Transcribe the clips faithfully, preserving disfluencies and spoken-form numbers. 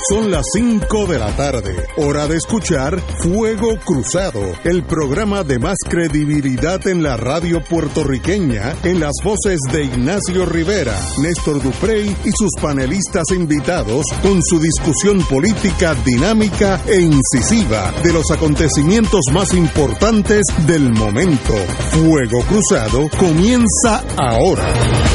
Son las cinco de la tarde, hora de escuchar Fuego Cruzado, el programa de más credibilidad en la radio puertorriqueña, en las voces de Ignacio Rivera, Néstor Duprey y sus panelistas invitados, con su discusión política dinámica e incisiva de los acontecimientos más importantes del momento. Fuego Cruzado comienza ahora.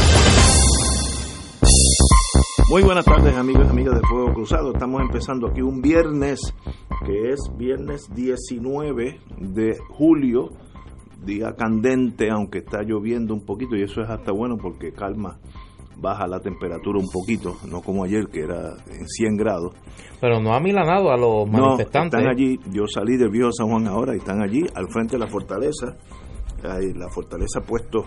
Muy buenas tardes, amigos y amigas de Fuego Cruzado. Estamos empezando aquí un viernes, que es viernes diecinueve de julio, día candente, aunque está lloviendo un poquito, y eso es hasta bueno porque calma, baja la temperatura un poquito, no como ayer que era en cien grados. Pero no ha milanado a los manifestantes. No, están allí, yo salí del viejo San Juan ahora y están allí, al frente de la fortaleza. Ahí, la fortaleza ha puesto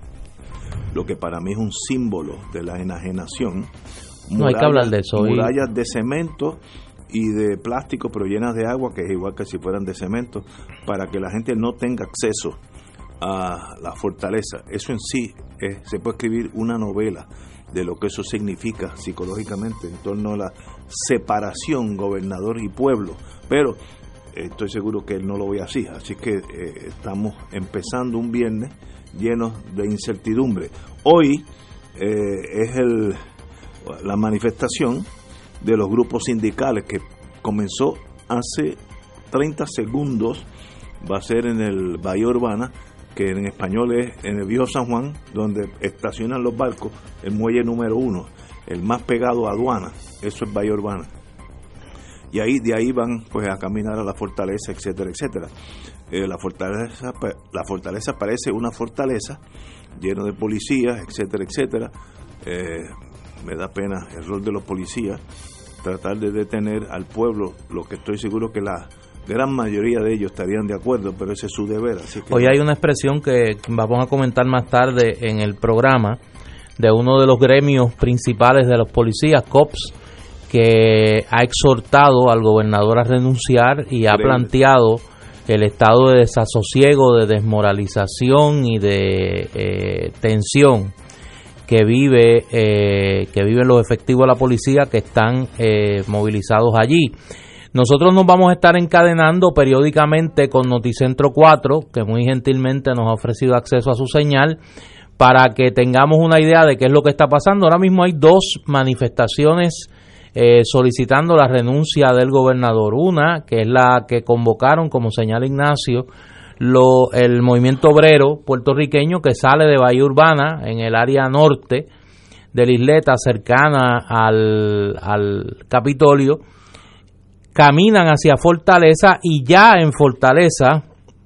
lo que para mí es un símbolo de la enajenación. No hay que hablar de eso. Murallas de cemento y de plástico, pero llenas de agua, que es igual que si fueran de cemento, para que la gente no tenga acceso a la fortaleza. Eso en sí es, se puede escribir una novela de lo que eso significa psicológicamente en torno a la separación gobernador y pueblo, pero eh, estoy seguro que él no lo ve así, así que eh, estamos empezando un viernes lleno de incertidumbre. Hoy eh, es el la manifestación de los grupos sindicales que comenzó hace treinta segundos, va a ser en el Bahía Urbana, que en español es en el viejo San Juan, donde estacionan los barcos, el muelle número uno, el más pegado a aduana, eso es Bahía Urbana. Y ahí de ahí van pues a caminar a la fortaleza, etcétera, etcétera. Eh, la fortaleza la fortaleza parece una fortaleza lleno de policías, etcétera, etcétera. Eh, me da pena el rol de los policías, tratar de detener al pueblo, lo que estoy seguro que la gran mayoría de ellos estarían de acuerdo, pero ese es su deber. Así que hoy hay una expresión que vamos a comentar más tarde en el programa de uno de los gremios principales de los policías, COPS, que ha exhortado al gobernador a renunciar y ha planteado el estado de desasosiego, de desmoralización y de eh, tensión que vive eh, que viven los efectivos de la policía que están eh, movilizados allí. Nosotros nos vamos a estar encadenando periódicamente con Noticentro cuatro, que muy gentilmente nos ha ofrecido acceso a su señal, para que tengamos una idea de qué es lo que está pasando. Ahora mismo hay dos manifestaciones eh, solicitando la renuncia del gobernador. Una, que es la que convocaron, como señala Ignacio, Lo, el movimiento obrero puertorriqueño, que sale de Bahía Urbana, en el área norte de la isleta, cercana al, al Capitolio, caminan hacia Fortaleza, y ya en Fortaleza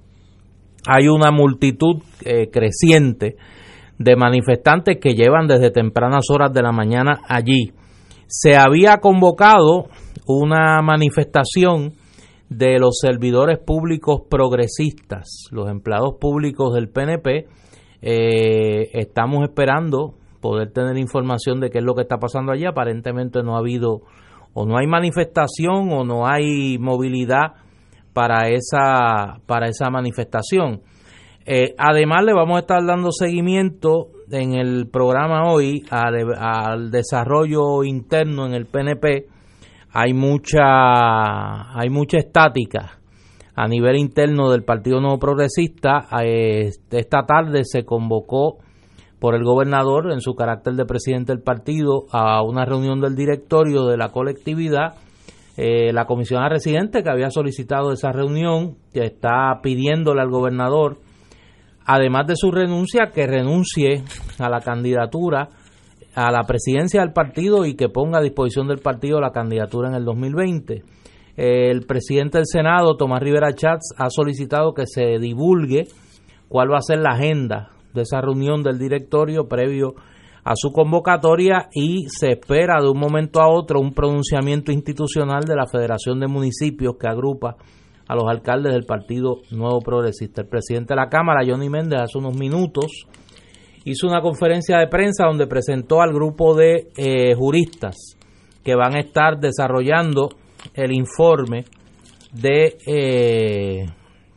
hay una multitud eh, creciente de manifestantes que llevan desde tempranas horas de la mañana allí. Se había convocado una manifestación de los servidores públicos progresistas, los empleados públicos del P N P. Eh, estamos esperando poder tener información de qué es lo que está pasando allí. Aparentemente no ha habido, o no hay manifestación, o no hay movilidad para esa, para esa manifestación. Eh, además, le vamos a estar dando seguimiento en el programa hoy al, al desarrollo interno en el P N P. Hay mucha hay mucha estática a nivel interno del Partido Nuevo Progresista. Esta tarde se convocó por el gobernador, en su carácter de presidente del partido, a una reunión del directorio de la colectividad. Eh, la comisionada residente, que había solicitado esa reunión, que está pidiéndole al gobernador, además de su renuncia, que renuncie a la candidatura a la presidencia del partido y que ponga a disposición del partido la candidatura en el dos mil veinte. El presidente del Senado, Tomás Rivera Chats, ha solicitado que se divulgue cuál va a ser la agenda de esa reunión del directorio previo a su convocatoria, y se espera de un momento a otro un pronunciamiento institucional de la Federación de Municipios, que agrupa a los alcaldes del Partido Nuevo Progresista. El presidente de la Cámara, Johnny Méndez, hace unos minutos hizo una conferencia de prensa donde presentó al grupo de eh, juristas que van a estar desarrollando el informe de eh,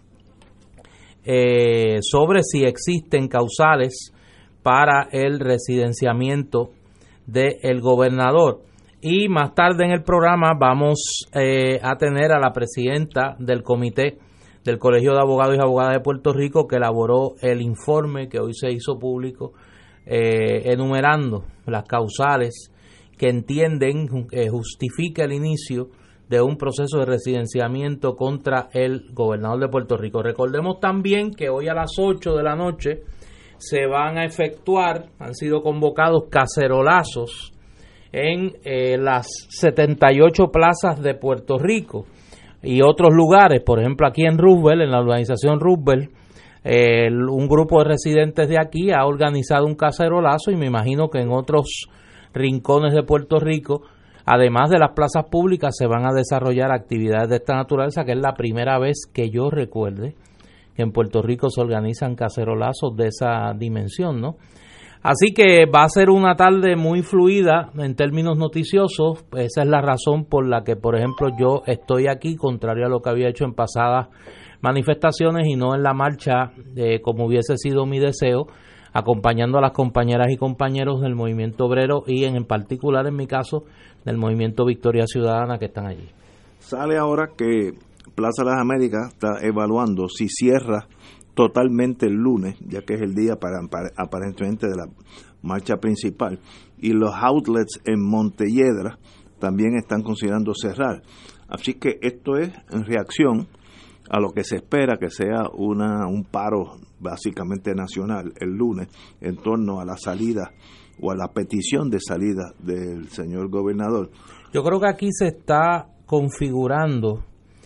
eh, sobre si existen causales para el residenciamiento del gobernador. Y más tarde en el programa vamos eh, a tener a la presidenta del comité del Colegio de Abogados y Abogadas de Puerto Rico, que elaboró el informe que hoy se hizo público, eh, enumerando las causales que entienden eh, justifica el inicio de un proceso de residenciamiento contra el gobernador de Puerto Rico. Recordemos también que hoy a las ocho de la noche se van a efectuar, han sido convocados cacerolazos en eh, las setenta y ocho plazas de Puerto Rico y otros lugares. Por ejemplo, aquí en Roosevelt, en la urbanización Roosevelt, eh, un grupo de residentes de aquí ha organizado un cacerolazo, y me imagino que en otros rincones de Puerto Rico, además de las plazas públicas, se van a desarrollar actividades de esta naturaleza, que es la primera vez que yo recuerde que en Puerto Rico se organizan cacerolazos de esa dimensión, ¿no? Así que va a ser una tarde muy fluida en términos noticiosos. Esa es la razón por la que, por ejemplo, yo estoy aquí, contrario a lo que había hecho en pasadas manifestaciones, y no en la marcha, eh, como hubiese sido mi deseo, acompañando a las compañeras y compañeros del movimiento obrero y en, en particular, en mi caso, del movimiento Victoria Ciudadana, que están allí. Sale ahora que Plaza de las Américas está evaluando si cierra totalmente el lunes, ya que es el día para, para aparentemente de la marcha principal, y los outlets en Montelledra también están considerando cerrar. Así que esto es en reacción a lo que se espera que sea una un paro básicamente nacional el lunes en torno a la salida o a la petición de salida del señor gobernador. Yo creo que aquí se está configurando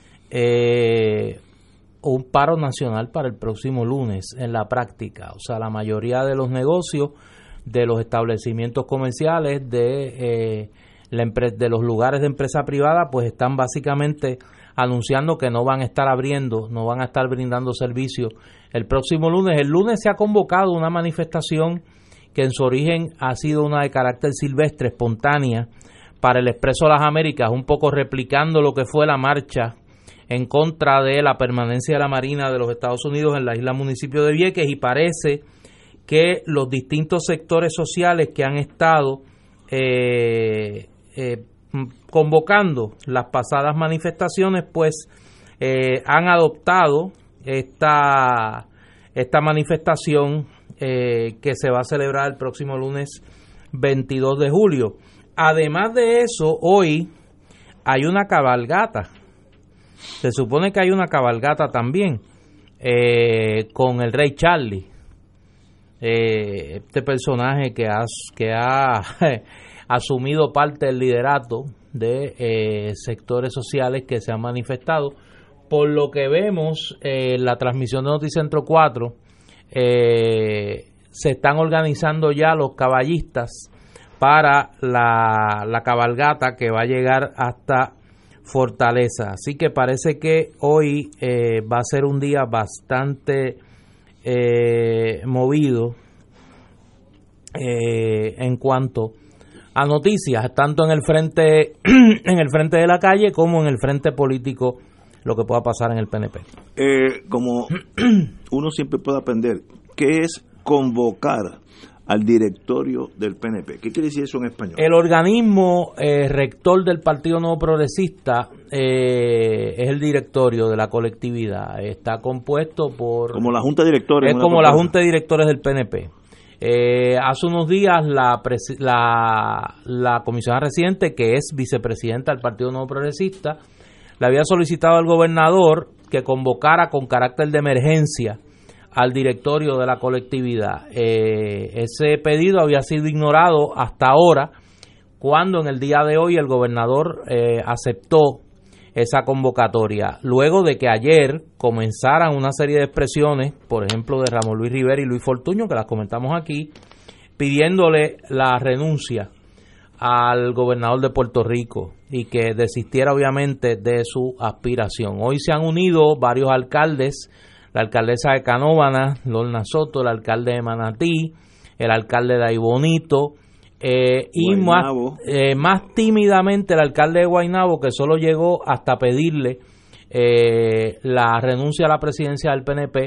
eh, un paro nacional para el próximo lunes en la práctica. O sea, la mayoría de los negocios, de los establecimientos comerciales, de, eh, la empre- de los lugares de empresa privada, pues están básicamente anunciando que no van a estar abriendo, no van a estar brindando servicios el próximo lunes. El lunes se ha convocado una manifestación que en su origen ha sido una de carácter silvestre, espontánea, para el Expreso de las Américas, un poco replicando lo que fue la marcha en contra de la permanencia de la Marina de los Estados Unidos en la isla municipio de Vieques, y parece que los distintos sectores sociales que han estado eh, eh, convocando las pasadas manifestaciones, pues eh, han adoptado esta, esta manifestación eh, que se va a celebrar el próximo lunes veintidós de julio. Además de eso, hoy hay una cabalgata. Se supone que hay una cabalgata también eh, con el Rey Charlie, eh, este personaje que ha, que ha asumido parte del liderato de eh, sectores sociales que se han manifestado. Por lo que vemos en eh, la transmisión de Noticentro cuatro, eh, se están organizando ya los caballistas para la, la cabalgata que va a llegar hasta Fortaleza. Así que parece que hoy eh, va a ser un día bastante eh, movido eh, en cuanto a noticias, tanto en el frente en el frente de la calle como en el frente político, lo que pueda pasar en el P N P. Eh, como uno siempre puede aprender, ¿qué es convocar al directorio del P N P? ¿Qué quiere decir eso en español? El organismo eh, rector del Partido Nuevo Progresista eh, es el directorio de la colectividad. Está compuesto por... Como la Junta de Directores. Es como la Junta de Directores del P N P. Eh, hace unos días la, presi- la, la comisionada residente, que es vicepresidenta del Partido Nuevo Progresista, le había solicitado al gobernador que convocara con carácter de emergencia al directorio de la colectividad. Eh, ese pedido había sido ignorado hasta ahora, cuando en el día de hoy el gobernador eh, aceptó esa convocatoria, luego de que ayer comenzaran una serie de expresiones, por ejemplo de Ramón Luis Rivera y Luis Fortuño, que las comentamos aquí, pidiéndole la renuncia al gobernador de Puerto Rico y que desistiera obviamente de su aspiración. Hoy se han unido varios alcaldes, la alcaldesa de Canóvana, Lorna Soto, el alcalde de Manatí, el alcalde de Aybonito, eh, y más, eh, más tímidamente el alcalde de Guaynabo, que solo llegó hasta pedirle eh, la renuncia a la presidencia del P N P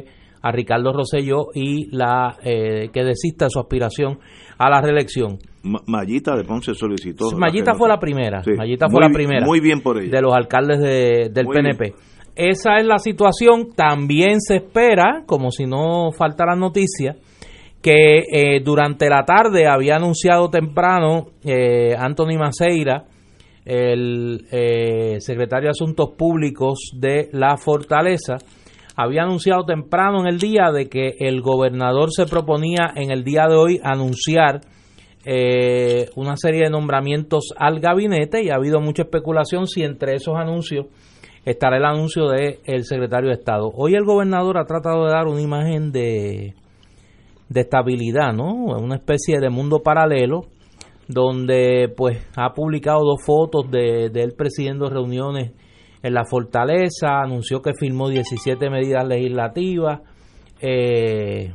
a Ricardo Rosselló y la eh, que desista de su aspiración a la reelección. Mayita de Ponce solicitó. Mayita fue la primera. Sí, Mayita fue muy, la primera. Muy bien por ella. De los alcaldes de, del muy P N P. Bien. Esa es la situación. También se espera, como si no faltara noticia, que eh, durante la tarde había anunciado temprano eh, Anthony Maceira, el eh, secretario de Asuntos Públicos de la Fortaleza, había anunciado temprano en el día de que el gobernador se proponía en el día de hoy anunciar eh, una serie de nombramientos al gabinete, y ha habido mucha especulación si entre esos anuncios estará el anuncio del secretario de Estado. Hoy el gobernador ha tratado de dar una imagen de, de estabilidad, ¿no? Una especie de mundo paralelo, donde pues ha publicado dos fotos de, de él presidiendo reuniones en la Fortaleza, anunció que firmó diecisiete medidas legislativas, eh,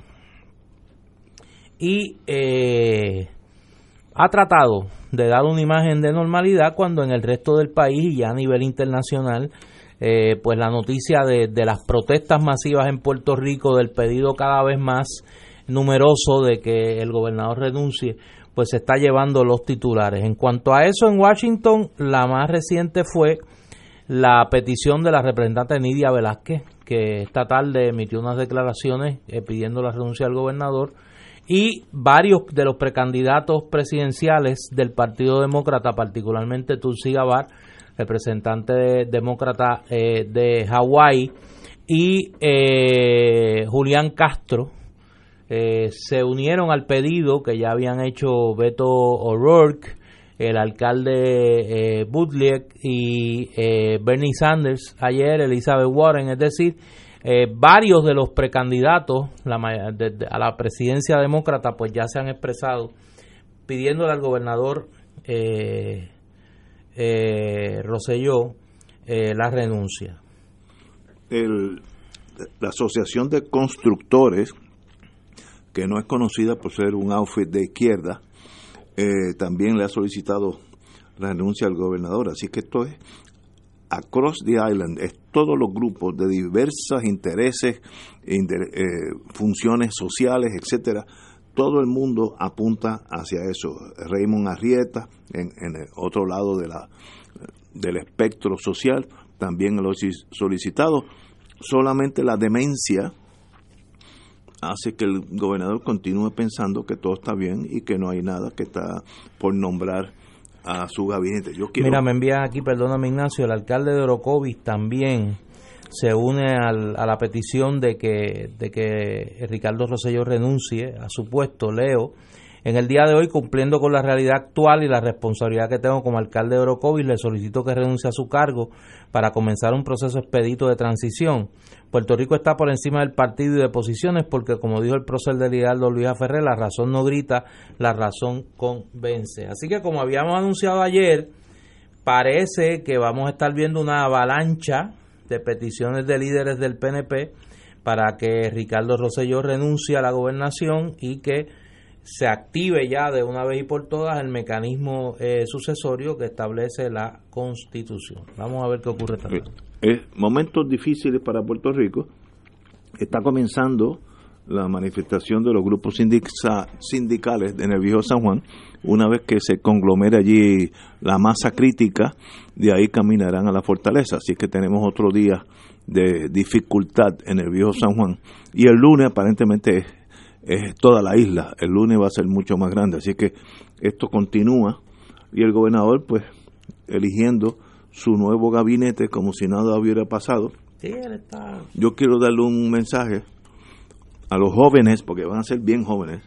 y eh, ha tratado de dar una imagen de normalidad cuando en el resto del país y ya a nivel internacional, eh, pues la noticia de, de las protestas masivas en Puerto Rico, del pedido cada vez más numeroso de que el gobernador renuncie, pues se está llevando los titulares. En cuanto a eso, en Washington, la más reciente fue la petición de la representante Nidia Velázquez, que esta tarde emitió unas declaraciones eh, pidiendo la renuncia del gobernador, y varios de los precandidatos presidenciales del Partido Demócrata, particularmente Tulsi Gabbard, representante de, demócrata eh, de Hawái, y eh, Julián Castro, eh, se unieron al pedido que ya habían hecho Beto O'Rourke, el alcalde eh, Buttigieg y eh, Bernie Sanders ayer, Elizabeth Warren. Es decir, eh, varios de los precandidatos la, de, de, a la presidencia demócrata pues ya se han expresado pidiéndole al gobernador eh, eh, Rosselló eh, la renuncia. El, la Asociación de Constructores, que no es conocida por ser un outfit de izquierda, Eh, también le ha solicitado la renuncia al gobernador. Así que esto es across the island, es todos los grupos de diversos intereses, inter, eh, funciones sociales, etcétera. Todo el mundo apunta hacia eso. Raymond Arrieta, en, en el otro lado de la del espectro social, también lo ha solicitado. Solamente la demencia hace que el gobernador continúe pensando que todo está bien y que no hay nada, que está por nombrar a su gabinete. Yo quiero... Mira, me envía aquí, perdóname Ignacio, el alcalde de Orocovis también se une al, a la petición de que, de que Ricardo Rosselló renuncie a su puesto. Leo: en el día de hoy, cumpliendo con la realidad actual y la responsabilidad que tengo como alcalde de Orocovis, le solicito que renuncie a su cargo para comenzar un proceso expedito de transición. Puerto Rico está por encima del partido y de posiciones porque, como dijo el prócer del Hidalgo Luis Ferrer, la razón no grita, la razón convence. Así que, como habíamos anunciado ayer, parece que vamos a estar viendo una avalancha de peticiones de líderes del P N P para que Ricardo Rosselló renuncie a la gobernación y que se active ya de una vez y por todas el mecanismo eh, sucesorio que establece la Constitución. Vamos a ver qué ocurre también. Es momentos difíciles para Puerto Rico. Está comenzando la manifestación de los grupos sindica, sindicales en el Viejo San Juan. Una vez que se conglomere allí la masa crítica, de ahí caminarán a la Fortaleza. Así que tenemos otro día de dificultad en el Viejo San Juan. Y el lunes aparentemente es, es toda la isla. El lunes va a ser mucho más grande. Así que esto continúa. Y el gobernador, pues, eligiendo su nuevo gabinete como si nada hubiera pasado. Sí, él está... Yo quiero darle un mensaje a los jóvenes, porque van a ser bien jóvenes,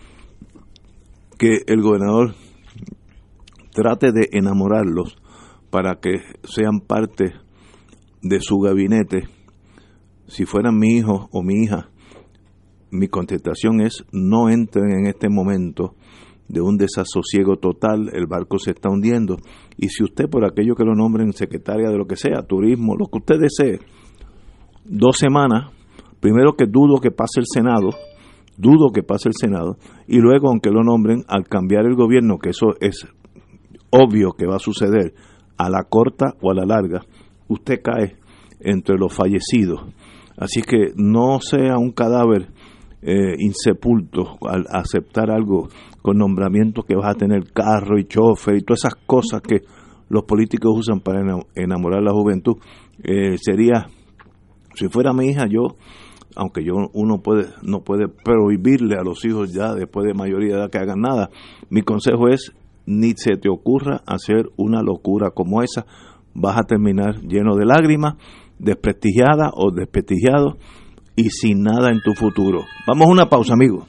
que el gobernador trate de enamorarlos para que sean parte de su gabinete. Si fueran mi hijo o mi hija, mi contestación es: no entren en este momento de un desasosiego total, el barco se está hundiendo, y si usted, por aquello que lo nombren secretaria de lo que sea, turismo, lo que usted desee, dos semanas, primero que dudo que pase el Senado, dudo que pase el Senado, y luego, aunque lo nombren, al cambiar el gobierno, que eso es obvio que va a suceder, a la corta o a la larga, usted cae entre los fallecidos. Así que no sea un cadáver eh, insepulto al aceptar algo con nombramiento que vas a tener carro y chofer y todas esas cosas que los políticos usan para enamorar a la juventud. Eh, sería, si fuera mi hija, yo, aunque yo uno puede no puede prohibirle a los hijos ya después de mayoría de edad que hagan nada, mi consejo es, ni se te ocurra hacer una locura como esa, vas a terminar lleno de lágrimas, desprestigiada o desprestigiado y sin nada en tu futuro. Vamos a una pausa, amigos.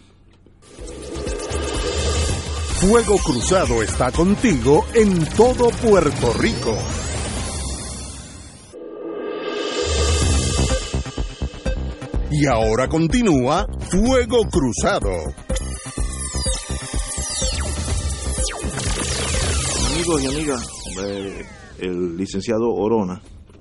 Fuego Cruzado está contigo en todo Puerto Rico. Y ahora continúa Fuego Cruzado. Amigos y amigas, eh, el licenciado Orona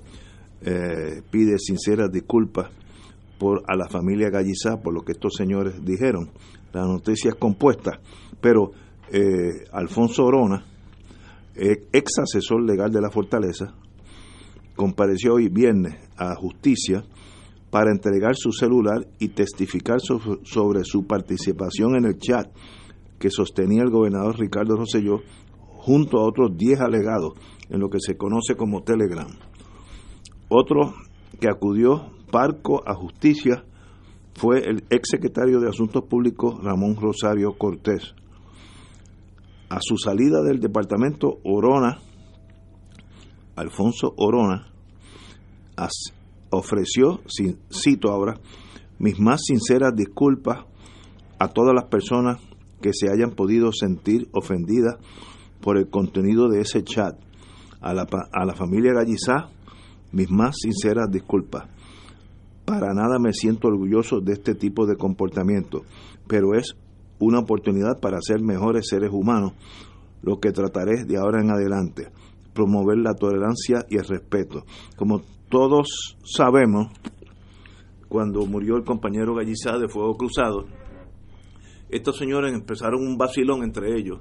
eh, pide sinceras disculpas por a la familia Gallizá por lo que estos señores dijeron. La noticia es compuesta, pero eh, Alfonso Orona, eh, ex asesor legal de la Fortaleza, compareció hoy viernes a justicia para entregar su celular y testificar so- sobre su participación en el chat que sostenía el gobernador Ricardo Rosselló junto a otros diez alegados en lo que se conoce como Telegram. Otro que acudió parco a justicia fue el exsecretario de Asuntos Públicos Ramón Rosario Cortés. A su salida del departamento, Orona, Alfonso Orona, as, ofreció, cito ahora, mis más sinceras disculpas a todas las personas que se hayan podido sentir ofendidas por el contenido de ese chat. A la, a la familia Gallizá, mis más sinceras disculpas. Para nada me siento orgulloso de este tipo de comportamiento, pero es una oportunidad para ser mejores seres humanos, lo que trataré de ahora en adelante, promover la tolerancia y el respeto. Como todos sabemos, cuando murió el compañero Gallizá de Fuego Cruzado, estos señores empezaron un vacilón entre ellos,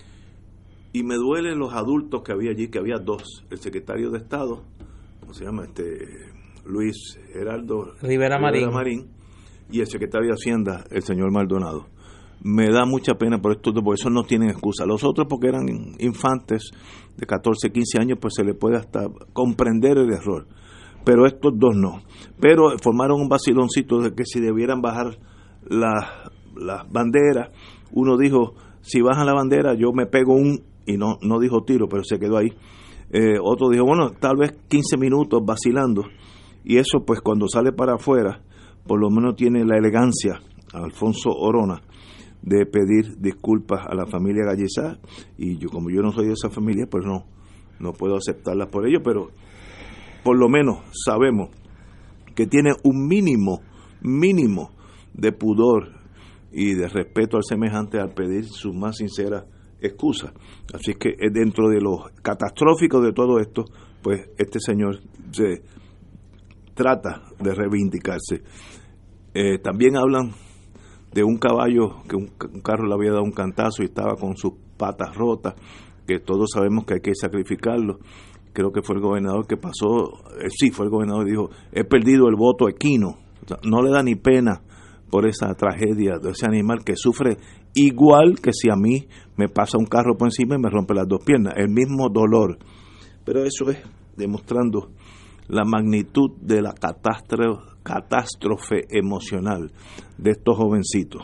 y me duelen los adultos que había allí, que había dos, el secretario de Estado, ¿cómo se llama? este Luis Geraldo Rivera Marín. Marín, y el secretario de Hacienda, el señor Maldonado. Me da mucha pena por estos dos, porque esos no tienen excusa. Los otros, porque eran infantes de catorce, quince años, pues se les puede hasta comprender el error. Pero estos dos no. Pero formaron un vaciloncito de que si debieran bajar las las banderas. Uno dijo, si bajan la bandera, yo me pego un... y no no dijo tiro, pero se quedó ahí. Eh, otro dijo, bueno, tal vez quince minutos vacilando. Y eso, pues, cuando sale para afuera, por lo menos tiene la elegancia, Alfonso Orona, de pedir disculpas a la familia Gallizá, y yo, como yo no soy de esa familia, pues no no puedo aceptarlas por ello, pero por lo menos sabemos que tiene un mínimo mínimo de pudor y de respeto al semejante al pedir sus más sinceras excusas. Así que dentro de lo catastrófico de todo esto, pues este señor se trata de reivindicarse. Eh, también hablan de un caballo que un, un carro le había dado un cantazo y estaba con sus patas rotas, que todos sabemos que hay que sacrificarlo. Creo que fue el gobernador que pasó, eh, sí, fue el gobernador y dijo, he perdido el voto equino. O sea, no le da ni pena por esa tragedia de ese animal que sufre igual que si a mí me pasa un carro por encima y me rompe las dos piernas, el mismo dolor. Pero eso es demostrando la magnitud de la catástrofe, catástrofe emocional de estos jovencitos.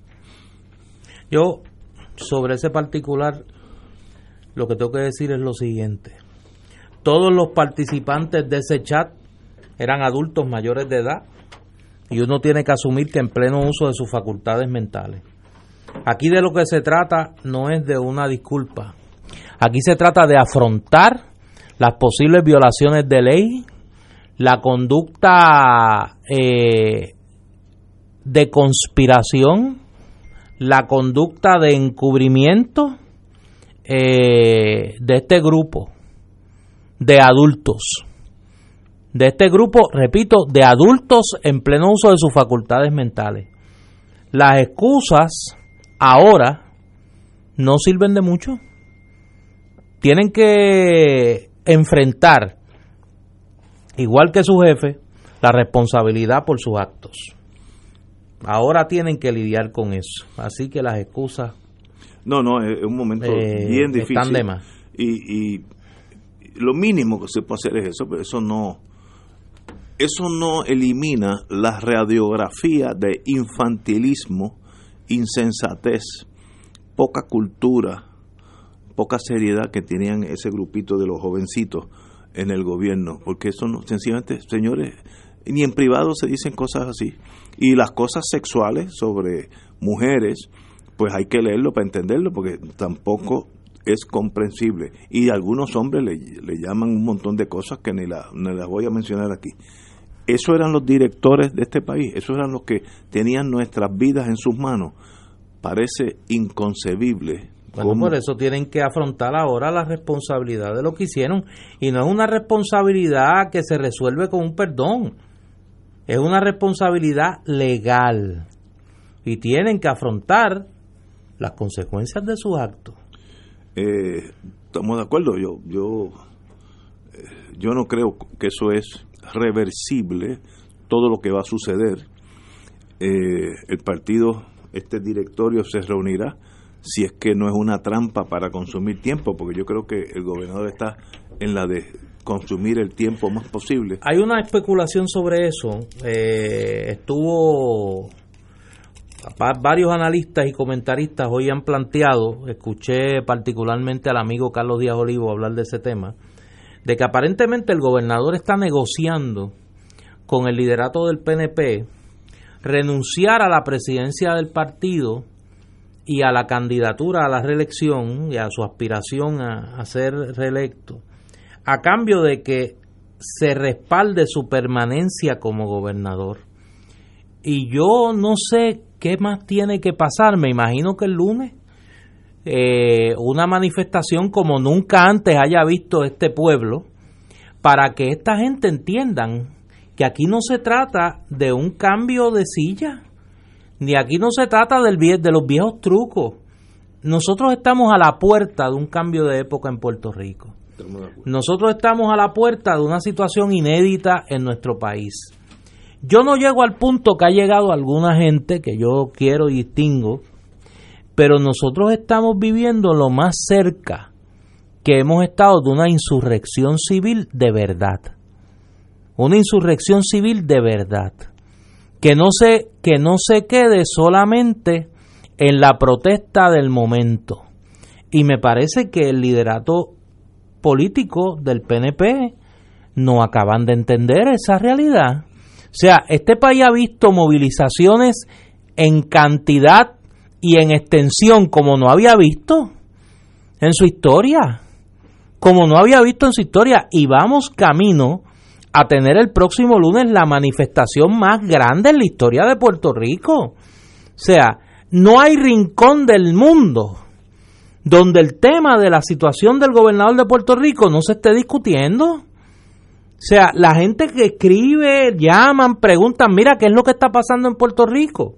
Yo, sobre ese particular, lo que tengo que decir es lo siguiente. Todos los participantes de ese chat eran adultos mayores de edad, y uno tiene que asumir que en pleno uso de sus facultades mentales. Aquí de lo que se trata no es de una disculpa. Aquí se trata de afrontar las posibles violaciones de ley, la conducta eh, de conspiración, la conducta de encubrimiento eh, de este grupo de adultos. De este grupo, repito, de adultos en pleno uso de sus facultades mentales. Las excusas ahora no sirven de mucho. Tienen que enfrentar, igual que su jefe, la responsabilidad por sus actos. Ahora tienen que lidiar con eso. Así que las excusas... No, no, es un momento eh, bien difícil. Están de más. Y, y lo mínimo que se puede hacer es eso, pero eso no... Eso no elimina la radiografía de infantilismo, insensatez, poca cultura, poca seriedad que tenían ese grupito de los jovencitos en el gobierno, porque eso no, sencillamente, señores, ni en privado se dicen cosas así. Y las cosas sexuales sobre mujeres, pues hay que leerlo para entenderlo, porque tampoco es comprensible. Y algunos hombres le, le llaman un montón de cosas que ni, la, ni las voy a mencionar aquí. Eso eran los directores de este país, esos eran los que tenían nuestras vidas en sus manos. Parece inconcebible. Bueno, ¿cómo? Por eso tienen que afrontar ahora la responsabilidad de lo que hicieron. Y no es una responsabilidad que se resuelve con un perdón. Es una responsabilidad legal. Y tienen que afrontar las consecuencias de sus actos. Eh, estamos de acuerdo. Yo, yo, yo no creo que eso es reversible, todo lo que va a suceder. Eh, el partido, este directorio se reunirá, si es que no es una trampa para consumir tiempo, porque yo creo que el gobernador está en la de consumir el tiempo más posible. Hay una especulación sobre eso. Eh, estuvo varios analistas y comentaristas hoy han planteado, escuché particularmente al amigo Carlos Díaz Olivo hablar de ese tema, de que aparentemente el gobernador está negociando con el liderato del P N P renunciar a la presidencia del partido y a la candidatura a la reelección y a su aspiración a, a ser reelecto, a cambio de que se respalde su permanencia como gobernador. Y yo no sé qué más tiene que pasar, me imagino que el lunes Eh, una manifestación como nunca antes haya visto este pueblo, para que esta gente entiendan que aquí no se trata de un cambio de silla, ni aquí no se trata del vie- de los viejos trucos. Nosotros estamos a la puerta de un cambio de época en Puerto Rico. Nosotros estamos a la puerta de una situación inédita en nuestro país. Yo no llego al punto que ha llegado alguna gente que yo quiero y distingo, pero nosotros estamos viviendo lo más cerca que hemos estado de una insurrección civil de verdad. Una insurrección civil de verdad. Que no se, que no se quede solamente en la protesta del momento. Y me parece que el liderato político del P N P no acaban de entender esa realidad. O sea, este país ha visto movilizaciones en cantidad y en extensión como no había visto en su historia, como no había visto en su historia, y vamos camino a tener el próximo lunes la manifestación más grande en la historia de Puerto Rico. O sea, no hay rincón del mundo donde el tema de la situación del gobernador de Puerto Rico no se esté discutiendo. O sea, la gente que escribe, llaman, preguntan, mira, ¿qué es lo que está pasando en Puerto Rico?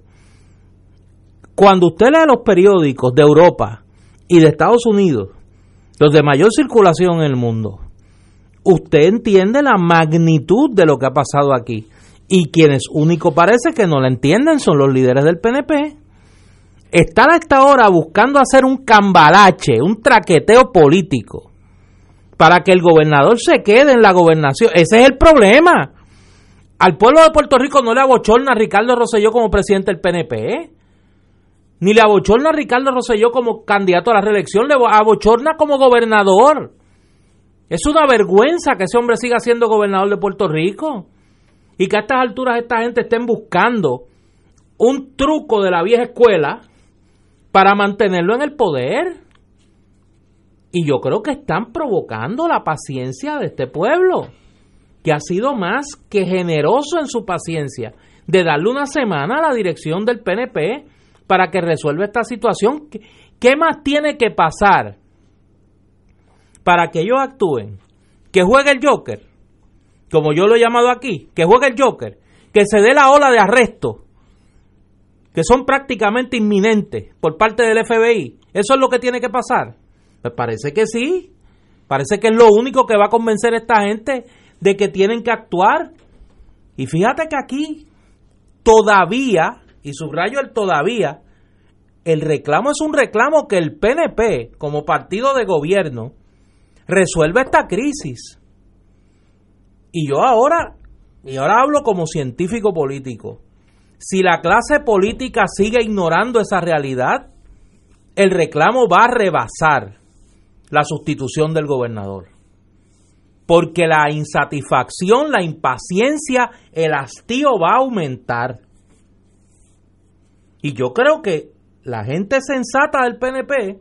Cuando usted lee los periódicos de Europa y de Estados Unidos, los de mayor circulación en el mundo, usted entiende la magnitud de lo que ha pasado aquí. Y quienes único parece que no la entienden son los líderes del P N P. Estar a esta hora buscando hacer un cambalache, un traqueteo político, para que el gobernador se quede en la gobernación, ese es el problema. Al pueblo de Puerto Rico no le abochorna a Ricardo Rosselló como presidente del P N P, ni le abochorna a Ricardo Rosselló como candidato a la reelección, le abochorna como gobernador. Es una vergüenza que ese hombre siga siendo gobernador de Puerto Rico y que a estas alturas esta gente estén buscando un truco de la vieja escuela para mantenerlo en el poder. Y yo creo que están provocando la paciencia de este pueblo, que ha sido más que generoso en su paciencia de darle una semana a la dirección del P N P para que resuelva esta situación. ¿Qué más tiene que pasar para que ellos actúen? Que juegue el Joker, como yo lo he llamado aquí, que juegue el Joker, que se dé la ola de arresto, que son prácticamente inminentes por parte del F B I. ¿Eso es lo que tiene que pasar? Pues parece que sí, parece que es lo único que va a convencer a esta gente de que tienen que actuar. Y fíjate que aquí todavía, y subrayo el todavía, el reclamo es un reclamo que el P N P, como partido de gobierno, resuelve esta crisis. Y yo ahora, y ahora hablo como científico político, si la clase política sigue ignorando esa realidad, el reclamo va a rebasar la sustitución del gobernador. Porque la insatisfacción, la impaciencia, el hastío va a aumentar. Y yo creo que la gente sensata del P N P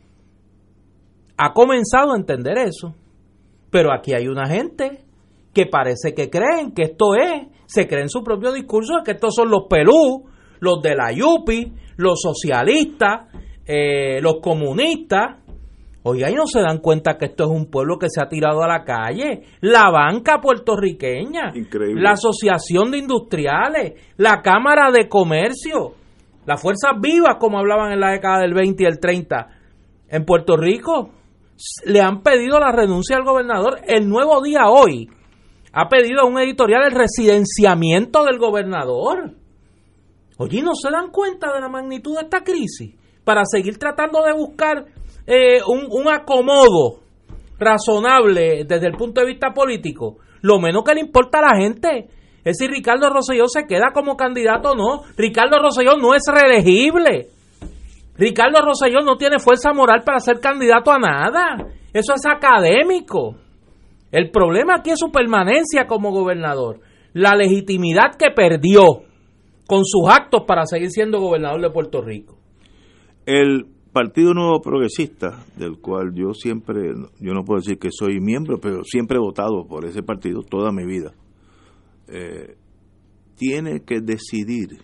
ha comenzado a entender eso. Pero aquí hay una gente que parece que creen que esto es, se creen su propio discurso, que estos son los pelú, los de la Yupi, los socialistas, eh, los comunistas. Oiga, y no se dan cuenta que esto es un pueblo que se ha tirado a la calle. La banca puertorriqueña, increíble, la Asociación de Industriales, la Cámara de Comercio, las fuerzas vivas, como hablaban en la década del veinte y el treinta, en Puerto Rico, le han pedido la renuncia al gobernador. El Nuevo Día hoy ha pedido un editorial el residenciamiento del gobernador. Oye, ¿no se dan cuenta de la magnitud de esta crisis? Para seguir tratando de buscar eh, un, un acomodo razonable desde el punto de vista político, lo menos que le importa a la gente es si Ricardo Rosselló se queda como candidato o no. Ricardo Rosselló no es reelegible. Ricardo Rosselló no tiene fuerza moral para ser candidato a nada. Eso es académico. El problema aquí es su permanencia como gobernador, la legitimidad que perdió con sus actos para seguir siendo gobernador de Puerto Rico. El Partido Nuevo Progresista, del cual yo siempre, yo no puedo decir que soy miembro, pero siempre he votado por ese partido toda mi vida, eh, tiene que decidir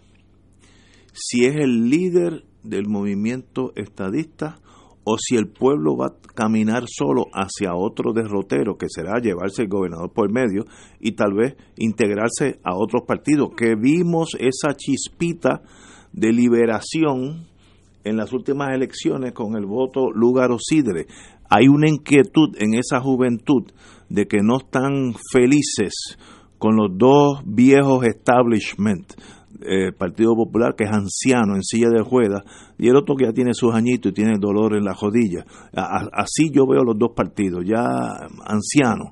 si es el líder del movimiento estadista o si el pueblo va a caminar solo hacia otro derrotero, que será llevarse el gobernador por medio y tal vez integrarse a otros partidos, que vimos esa chispita de liberación en las últimas elecciones con el voto Lúgaro Sidre. Hay una inquietud en esa juventud de que no están felices con los dos viejos establishment, el Partido Popular, que es anciano en silla de ruedas, y el otro que ya tiene sus añitos y tiene dolor en la rodilla. Así yo veo los dos partidos, ya ancianos.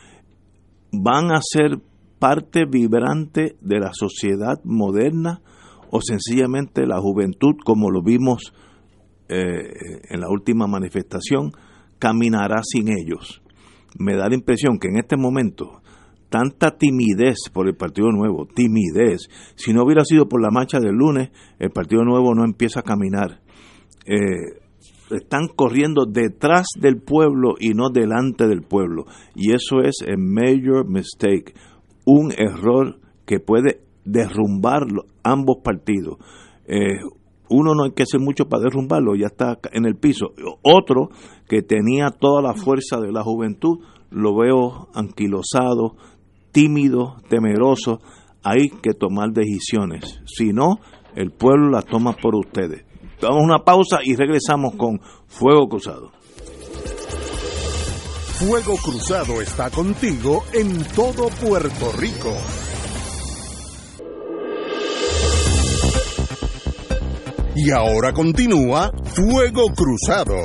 ¿Van a ser parte vibrante de la sociedad moderna o sencillamente la juventud, como lo vimos eh, en la última manifestación, caminará sin ellos? Me da la impresión que en este momento tanta timidez por el Partido Nuevo, timidez. Si no hubiera sido por la marcha del lunes, el Partido Nuevo no empieza a caminar. Eh, están corriendo detrás del pueblo y no delante del pueblo. Y eso es a major mistake, un error que puede derrumbar ambos partidos. Eh, uno no hay que hacer mucho para derrumbarlo, ya está en el piso. Otro que tenía toda la fuerza de la juventud, lo veo anquilosado, tímido, temeroso. Hay que tomar decisiones, si no, el pueblo las toma por ustedes. Damos una pausa y regresamos con Fuego Cruzado. Fuego Cruzado está contigo en todo Puerto Rico. Y ahora continúa Fuego Cruzado.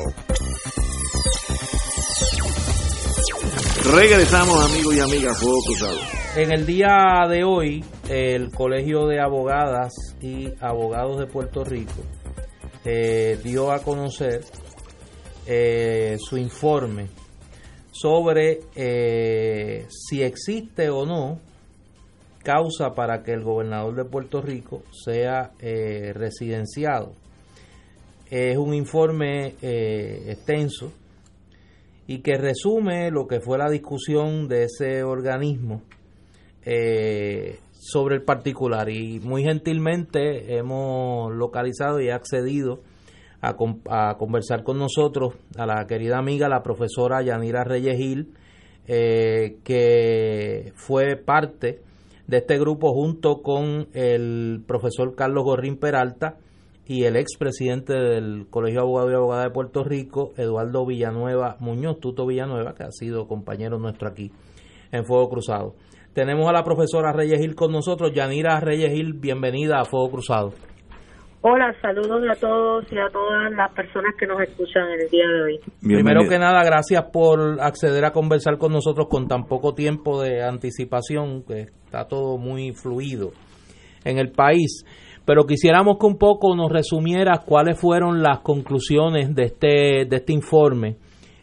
Regresamos, amigos y amigas, Fuego Cruzado. En el día de hoy, el Colegio de Abogadas y Abogados de Puerto Rico eh, dio a conocer eh, su informe sobre eh, si existe o no causa para que el gobernador de Puerto Rico sea eh, residenciado. Es un informe eh, extenso y que resume lo que fue la discusión de ese organismo eh, sobre el particular, y muy gentilmente hemos localizado y accedido a, a conversar con nosotros a la querida amiga, la profesora Yanira Reyes Gil, eh, que fue parte de este grupo junto con el profesor Carlos Gorrín Peralta y el expresidente del Colegio de Abogados y Abogadas de Puerto Rico, Eduardo Villanueva Muñoz, Tuto Villanueva, que ha sido compañero nuestro aquí en Fuego Cruzado. Tenemos a la profesora Reyes Gil con nosotros. Yanira Reyes Gil, bienvenida a Fuego Cruzado. Hola, saludos a todos y a todas las personas que nos escuchan en el día de hoy. Primero que nada, gracias por acceder a conversar con nosotros con tan poco tiempo de anticipación, que está todo muy fluido en el país. Pero quisiéramos que un poco nos resumieras cuáles fueron las conclusiones de este de este informe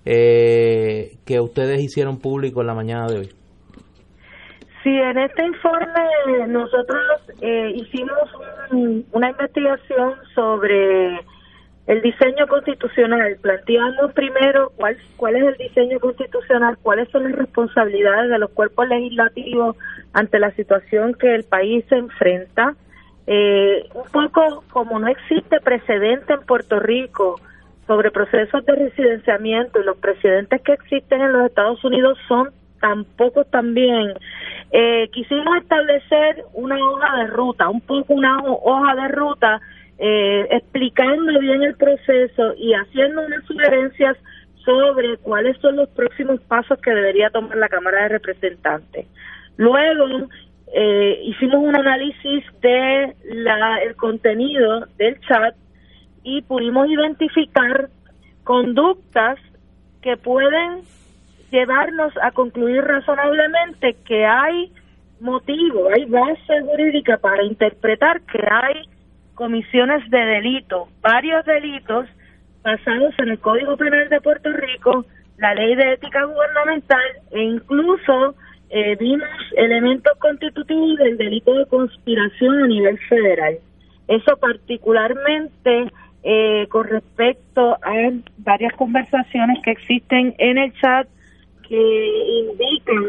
eh, que ustedes hicieron público en la mañana de hoy. Sí, en este informe nosotros eh, hicimos un, una investigación sobre el diseño constitucional. Planteamos primero cuál, cuál es el diseño constitucional, cuáles son las responsabilidades de los cuerpos legislativos ante la situación que el país se enfrenta. Eh, un poco como no existe precedente en Puerto Rico sobre procesos de residenciamiento y los precedentes que existen en los Estados Unidos son tan pocos también, eh, quisimos establecer una hoja de ruta, un poco una hoja de ruta eh, explicando bien el proceso y haciendo unas sugerencias sobre cuáles son los próximos pasos que debería tomar la Cámara de Representantes. Luego Eh, hicimos un análisis de la el contenido del chat y pudimos identificar conductas que pueden llevarnos a concluir razonablemente que hay motivo, hay base jurídica para interpretar que hay comisiones de delito, varios delitos basados en el Código Penal de Puerto Rico, la Ley de Ética Gubernamental e incluso Eh, vimos elementos constitutivos del delito de conspiración a nivel federal. Eso particularmente eh, con respecto a varias conversaciones que existen en el chat que indican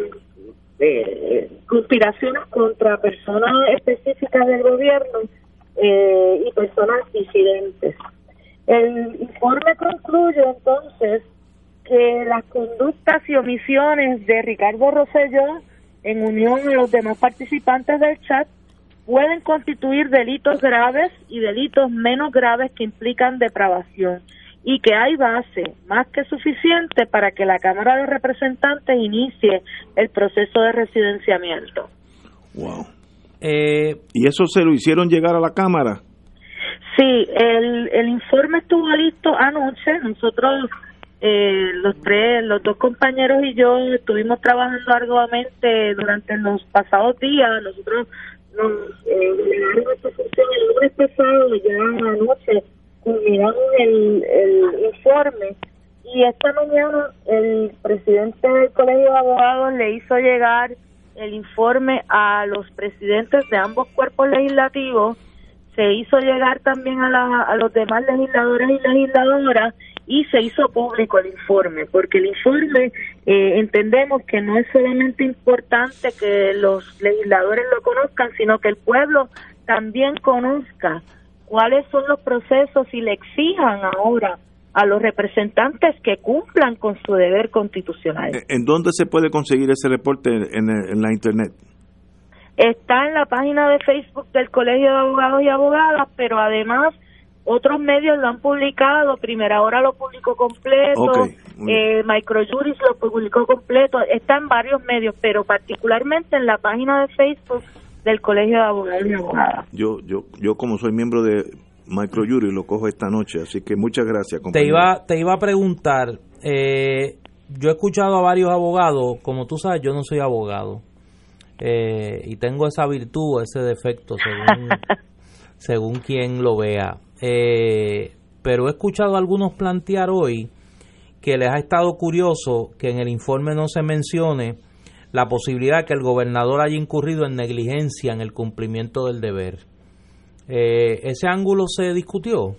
eh, conspiraciones contra personas específicas del gobierno eh, y personas disidentes. El informe concluye entonces que las conductas y omisiones de Ricardo Rosselló, en unión a los demás participantes del chat, pueden constituir delitos graves y delitos menos graves que implican depravación, y que hay base más que suficiente para que la Cámara de Representantes inicie el proceso de residenciamiento. Wow. Eh, ¿Y eso se lo hicieron llegar a la Cámara? Sí, el, el informe estuvo listo anoche. Nosotros Eh, los tres, los dos compañeros y yo estuvimos trabajando arduamente durante los pasados días. Nosotros nos eh, delegaron esta función el lunes pasado, ya anoche culminamos el, el informe y esta mañana el presidente del Colegio de Abogados le hizo llegar el informe a los presidentes de ambos cuerpos legislativos, se hizo llegar también a, la, a los demás legisladores y legisladoras y se hizo público el informe, porque el informe eh, entendemos que no es solamente importante que los legisladores lo conozcan, sino que el pueblo también conozca cuáles son los procesos y le exijan ahora a los representantes que cumplan con su deber constitucional. ¿En dónde se puede conseguir ese reporte en, en la internet? Está en la página de Facebook del Colegio de Abogados y Abogadas, pero además otros medios lo han publicado. Primera Hora lo publicó completo, okay. eh, Microjuris lo publicó completo, está en varios medios, pero particularmente en la página de Facebook del Colegio de Abogados y Abogadas. Yo, yo, yo como soy miembro de Microjuris lo cojo esta noche, así que muchas gracias, compañero. Te iba, te iba a preguntar, eh, yo he escuchado a varios abogados, como tú sabes, yo no soy abogado, eh, y tengo esa virtud, ese defecto, según, según quien lo vea. Eh, pero he escuchado a algunos plantear hoy que les ha estado curioso que en el informe no se mencione la posibilidad de que el gobernador haya incurrido en negligencia en el cumplimiento del deber. Eh, ¿Ese ángulo se discutió?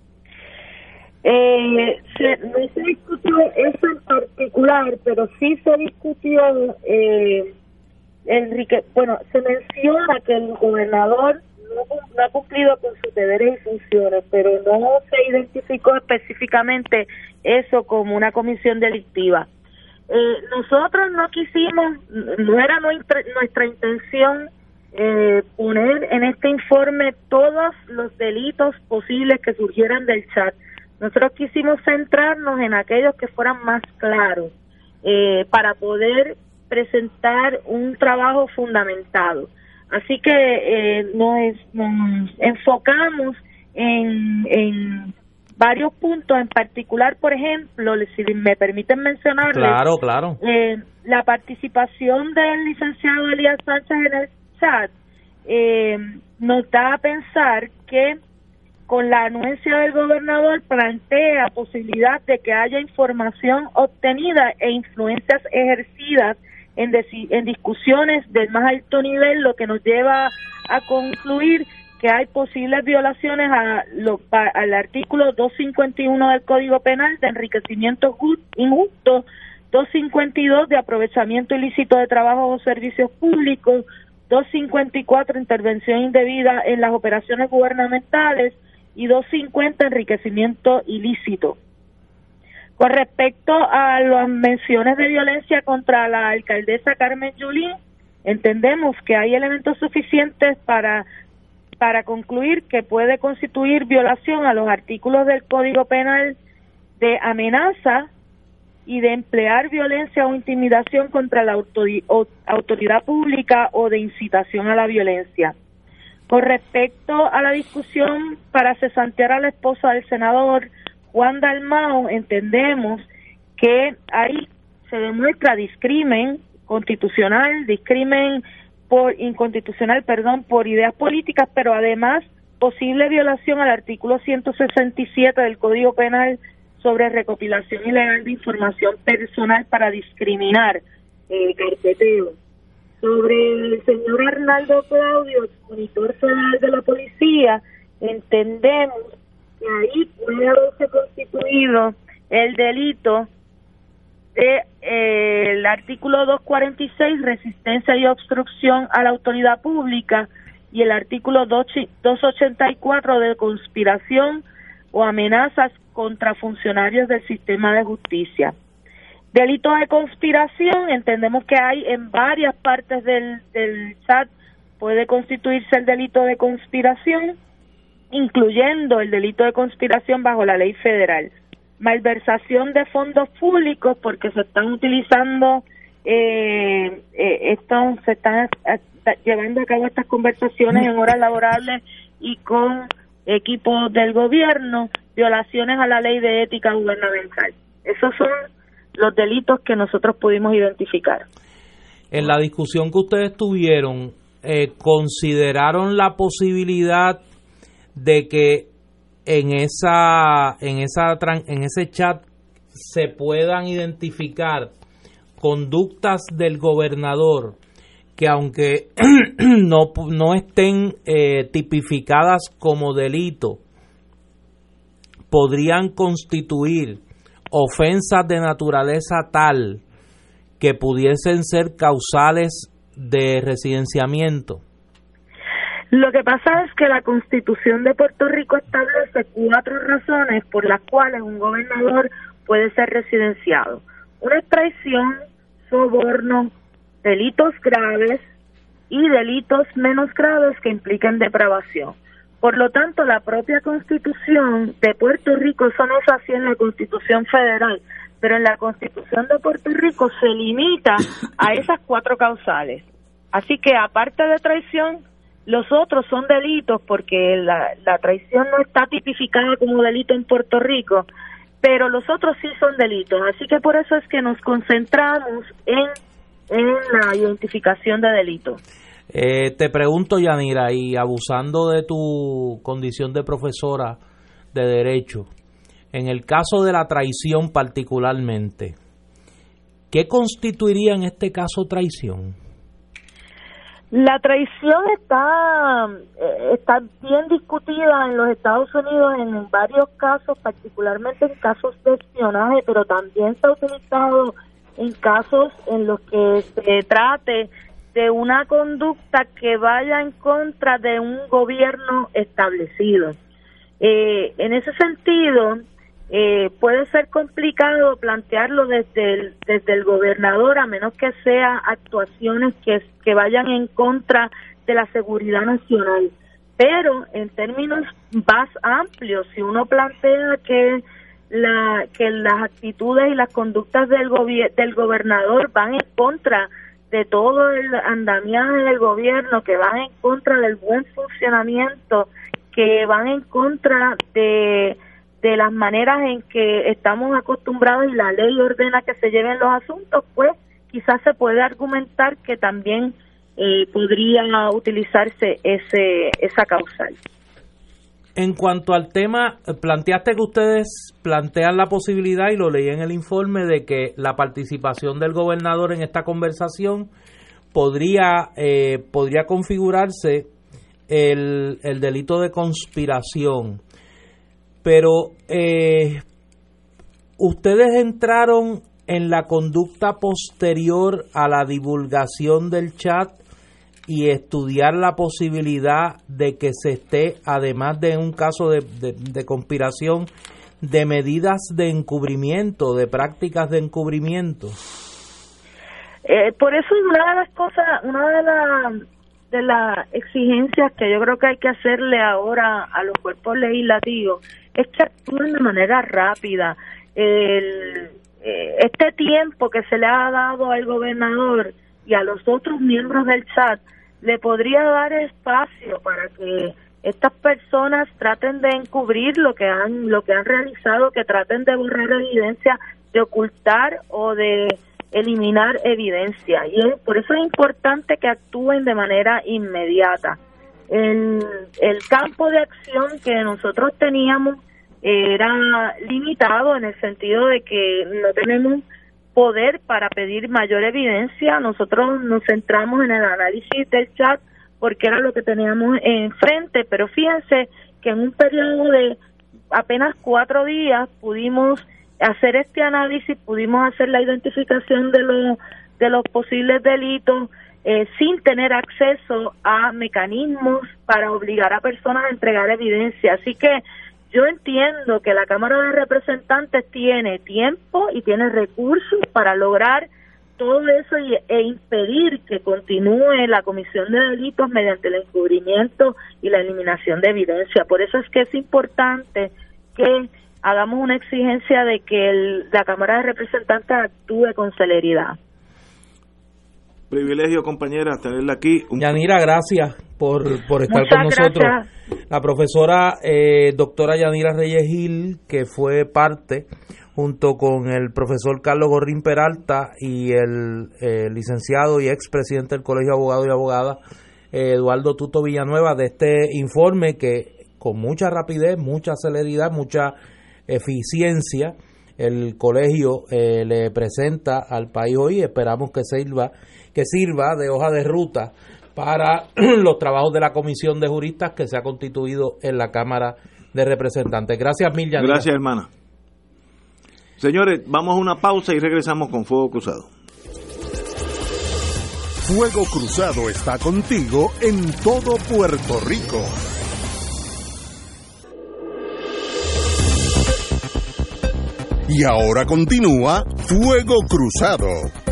Eh, se, no se discutió eso en particular, pero sí se discutió, eh, Enrique, bueno, se menciona que el gobernador no, no ha cumplido con sus deberes y funciones, pero no se identificó específicamente eso como una comisión delictiva. Eh, nosotros no quisimos, no era nuestra, nuestra intención eh, poner en este informe todos los delitos posibles que surgieran del chat. Nosotros quisimos centrarnos en aquellos que fueran más claros, eh, para poder presentar un trabajo fundamentado. Así que eh, nos, nos enfocamos en, en varios puntos, en particular, por ejemplo, si me permiten mencionarles, claro, claro. Eh, la participación del licenciado Elías Sánchez en el chat eh, nos da a pensar que con la anuencia del gobernador plantea posibilidad de que haya información obtenida e influencias ejercidas en, en discusiones del más alto nivel, lo que nos lleva a concluir que hay posibles violaciones a lo, a, al artículo doscientos cincuenta y uno del Código Penal de enriquecimiento injusto, doscientos cincuenta y dos de aprovechamiento ilícito de trabajo o servicios públicos, doscientos cincuenta y cuatro intervención indebida en las operaciones gubernamentales y doscientos cincuenta enriquecimiento ilícito. Con respecto a las menciones de violencia contra la alcaldesa Carmen Yulín, entendemos que hay elementos suficientes para para concluir que puede constituir violación a los artículos del Código Penal de amenaza y de emplear violencia o intimidación contra la autoridad pública o de incitación a la violencia. Con respecto a la discusión para cesantear a la esposa del senador Juan Dalmau, entendemos que ahí se demuestra discrimen constitucional, discrimen por inconstitucional, perdón, por ideas políticas, pero además posible violación al artículo ciento sesenta y siete del Código Penal sobre recopilación ilegal de información personal para discriminar, eh, carpeteo. Sobre el señor Arnaldo Claudio, monitor federal de la policía, entendemos que ahí puede haberse constituido el delito de eh, el artículo doscientos cuarenta y seis, resistencia y obstrucción a la autoridad pública, y el artículo doscientos ochenta y cuatro de conspiración o amenazas contra funcionarios del sistema de justicia. Delitos de conspiración, entendemos que hay en varias partes del, del chat, puede constituirse el delito de conspiración, incluyendo el delito de conspiración bajo la ley federal. Malversación de fondos públicos, porque se están utilizando, eh, eh, esto, se están llevando a cabo estas conversaciones en horas laborables y con equipos del gobierno, violaciones a la ley de ética gubernamental. Esos son los delitos que nosotros pudimos identificar. En la discusión que ustedes tuvieron, eh, ¿consideraron la posibilidad de que en esa en esa en ese chat se puedan identificar conductas del gobernador que, aunque no no estén eh, tipificadas como delito, podrían constituir ofensas de naturaleza tal que pudiesen ser causales de residenciamiento? Lo que pasa es que la Constitución de Puerto Rico establece cuatro razones por las cuales un gobernador puede ser residenciado. Una es traición, soborno, delitos graves y delitos menos graves que impliquen depravación. Por lo tanto, la propia Constitución de Puerto Rico, eso no es así en la Constitución federal, pero en la Constitución de Puerto Rico se limita a esas cuatro causales. Así que, aparte de traición, los otros son delitos, porque la, la traición no está tipificada como delito en Puerto Rico, pero los otros sí son delitos. Así que por eso es que nos concentramos en, en la identificación de delitos. Eh, te pregunto, Yanira, y abusando de tu condición de profesora de Derecho, en el caso de la traición particularmente, ¿qué constituiría en este caso traición? La traición está, está bien discutida en los Estados Unidos en varios casos, particularmente en casos de espionaje, pero también se ha utilizado en casos en los que se trate de una conducta que vaya en contra de un gobierno establecido. Eh, en ese sentido, eh, puede ser complicado plantearlo desde el, desde el gobernador, a menos que sea actuaciones que, que vayan en contra de la seguridad nacional. Pero en términos más amplios, si uno plantea que la que las actitudes y las conductas del gobier- del gobernador van en contra de todo el andamiaje del gobierno, que van en contra del buen funcionamiento, que van en contra de de las maneras en que estamos acostumbrados y la ley ordena que se lleven los asuntos, pues quizás se puede argumentar que también eh, podría utilizarse ese esa causal. En cuanto al tema, planteaste que ustedes plantean la posibilidad, y lo leí en el informe, de que la participación del gobernador en esta conversación podría eh, podría configurarse el, el delito de conspiración. Pero eh, ustedes entraron en la conducta posterior a la divulgación del chat y estudiar la posibilidad de que se esté, además de un caso de, de, de conspiración, de medidas de encubrimiento, de prácticas de encubrimiento. Eh, por eso una de las cosas, una de las de las exigencias que yo creo que hay que hacerle ahora a los cuerpos legislativos es que actúen de manera rápida. El, eh, este tiempo que se le ha dado al gobernador y a los otros miembros del chat le podría dar espacio para que estas personas traten de encubrir lo que han lo que han realizado, que traten de borrar evidencia, de ocultar o de eliminar evidencia, y es, por eso es importante que actúen de manera inmediata. El, el campo de acción que nosotros teníamos era limitado en el sentido de que no tenemos poder para pedir mayor evidencia. Nosotros nos centramos en el análisis del chat porque era lo que teníamos enfrente, pero fíjense que en un periodo de apenas cuatro días pudimos hacer este análisis, pudimos hacer la identificación de los de los posibles delitos eh, sin tener acceso a mecanismos para obligar a personas a entregar evidencia. Así que yo entiendo que la Cámara de Representantes tiene tiempo y tiene recursos para lograr todo eso y, e impedir que continúe la comisión de delitos mediante el encubrimiento y la eliminación de evidencia. Por eso es que es importante que hagamos una exigencia de que el, la Cámara de Representantes actúe con celeridad. Privilegio, compañera, tenerla aquí. Un... Yanira, gracias por, por estar Muchas con nosotros. Gracias. La profesora eh, doctora Yanira Reyes Gil, que fue parte, junto con el profesor Carlos Gorrín Peralta y el eh, licenciado y expresidente del Colegio de Abogados y Abogadas, eh, Eduardo Tuto Villanueva, de este informe que con mucha rapidez, mucha celeridad, mucha eficiencia, el colegio eh, le presenta al país hoy. Esperamos que sirva, que sirva de hoja de ruta para los trabajos de la comisión de juristas que se ha constituido en la Cámara de Representantes. Gracias, mil, Yanira. Gracias, hermana. Señores, vamos a una pausa y regresamos con Fuego Cruzado. Fuego Cruzado está contigo en todo Puerto Rico. Y ahora continúa Fuego Cruzado.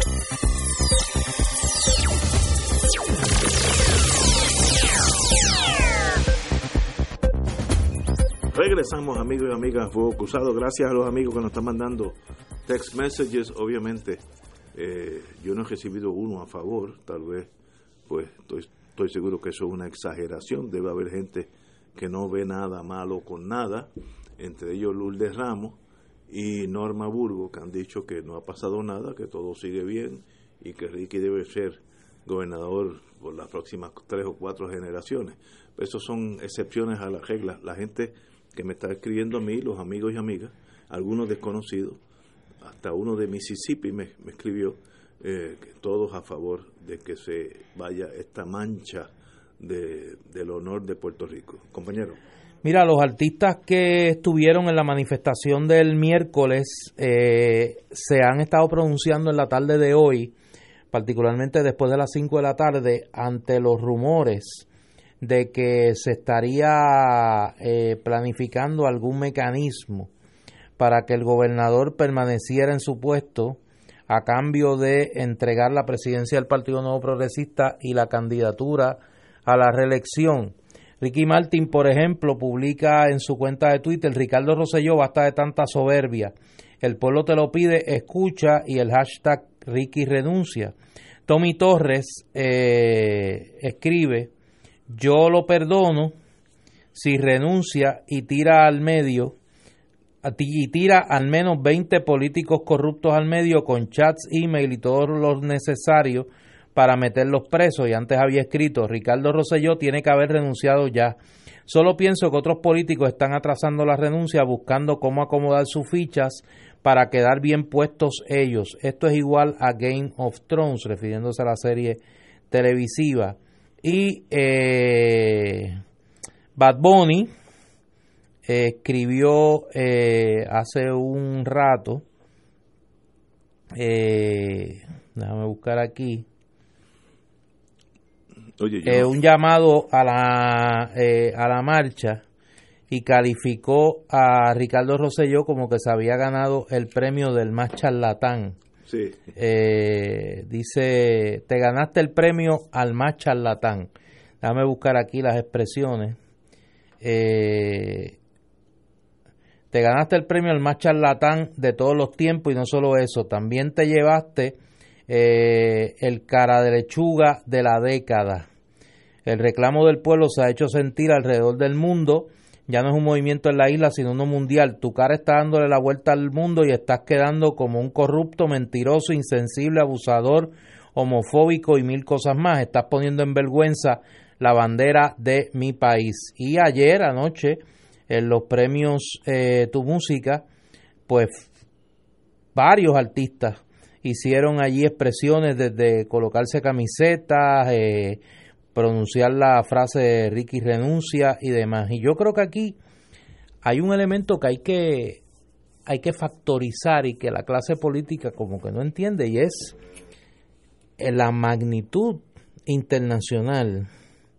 Regresamos, amigos y amigas, a Fuego Cruzado. Gracias a los amigos que nos están mandando text messages. Obviamente, eh, yo no he recibido uno a favor. Tal vez, pues, estoy, estoy seguro que eso es una exageración. Debe haber gente que no ve nada malo con nada. Entre ellos Lourdes Ramos y Norma Burgo, que han dicho que no ha pasado nada, que todo sigue bien y que Ricky debe ser gobernador por las próximas tres o cuatro generaciones. Esas son excepciones a las reglas. La gente que me está escribiendo a mí, los amigos y amigas, algunos desconocidos, hasta uno de Mississippi me, me escribió, eh, que todos a favor de que se vaya esta mancha de, del honor de Puerto Rico. Compañero. Mira, los artistas que estuvieron en la manifestación del miércoles eh, se han estado pronunciando en la tarde de hoy, particularmente después de las cinco de la tarde, ante los rumores de que se estaría eh, planificando algún mecanismo para que el gobernador permaneciera en su puesto a cambio de entregar la presidencia del Partido Nuevo Progresista y la candidatura a la reelección. Ricky Martin, por ejemplo, publica en su cuenta de Twitter: Ricardo Rosselló, basta de tanta soberbia. El pueblo te lo pide, escucha, y el hashtag Ricky renuncia. Tommy Torres eh, escribe: yo lo perdono si renuncia y tira al medio y tira al menos veinte políticos corruptos al medio con chats, email y todo lo necesario para meterlos presos. Y antes había escrito: Ricardo Rosselló tiene que haber renunciado ya. Solo pienso que otros políticos están atrasando la renuncia buscando cómo acomodar sus fichas para quedar bien puestos ellos. Esto es igual a Game of Thrones, refiriéndose a la serie televisiva. Y eh, Bad Bunny eh, escribió eh, hace un rato, eh, déjame buscar aquí, Oye, yo... eh, un llamado a la eh, a la marcha, y calificó a Ricardo Rosselló como que se había ganado el premio del más charlatán. Sí. Eh, dice: te ganaste el premio al más charlatán. Déjame buscar aquí las expresiones. Eh, te ganaste el premio al más charlatán de todos los tiempos, y no solo eso, también te llevaste eh, el cara de lechuga de la década. El reclamo del pueblo se ha hecho sentir alrededor del mundo. Ya no es un movimiento en la isla, sino uno mundial. Tu cara está dándole la vuelta al mundo y estás quedando como un corrupto, mentiroso, insensible, abusador, homofóbico y mil cosas más. Estás poniendo en vergüenza la bandera de mi país. Y ayer, anoche, en los premios eh, Tu Música, pues varios artistas hicieron allí expresiones desde colocarse camisetas, eh, pronunciar la frase de Ricky renuncia y demás. Y yo creo que aquí hay un elemento que hay que hay que factorizar y que la clase política como que no entiende, y es la magnitud internacional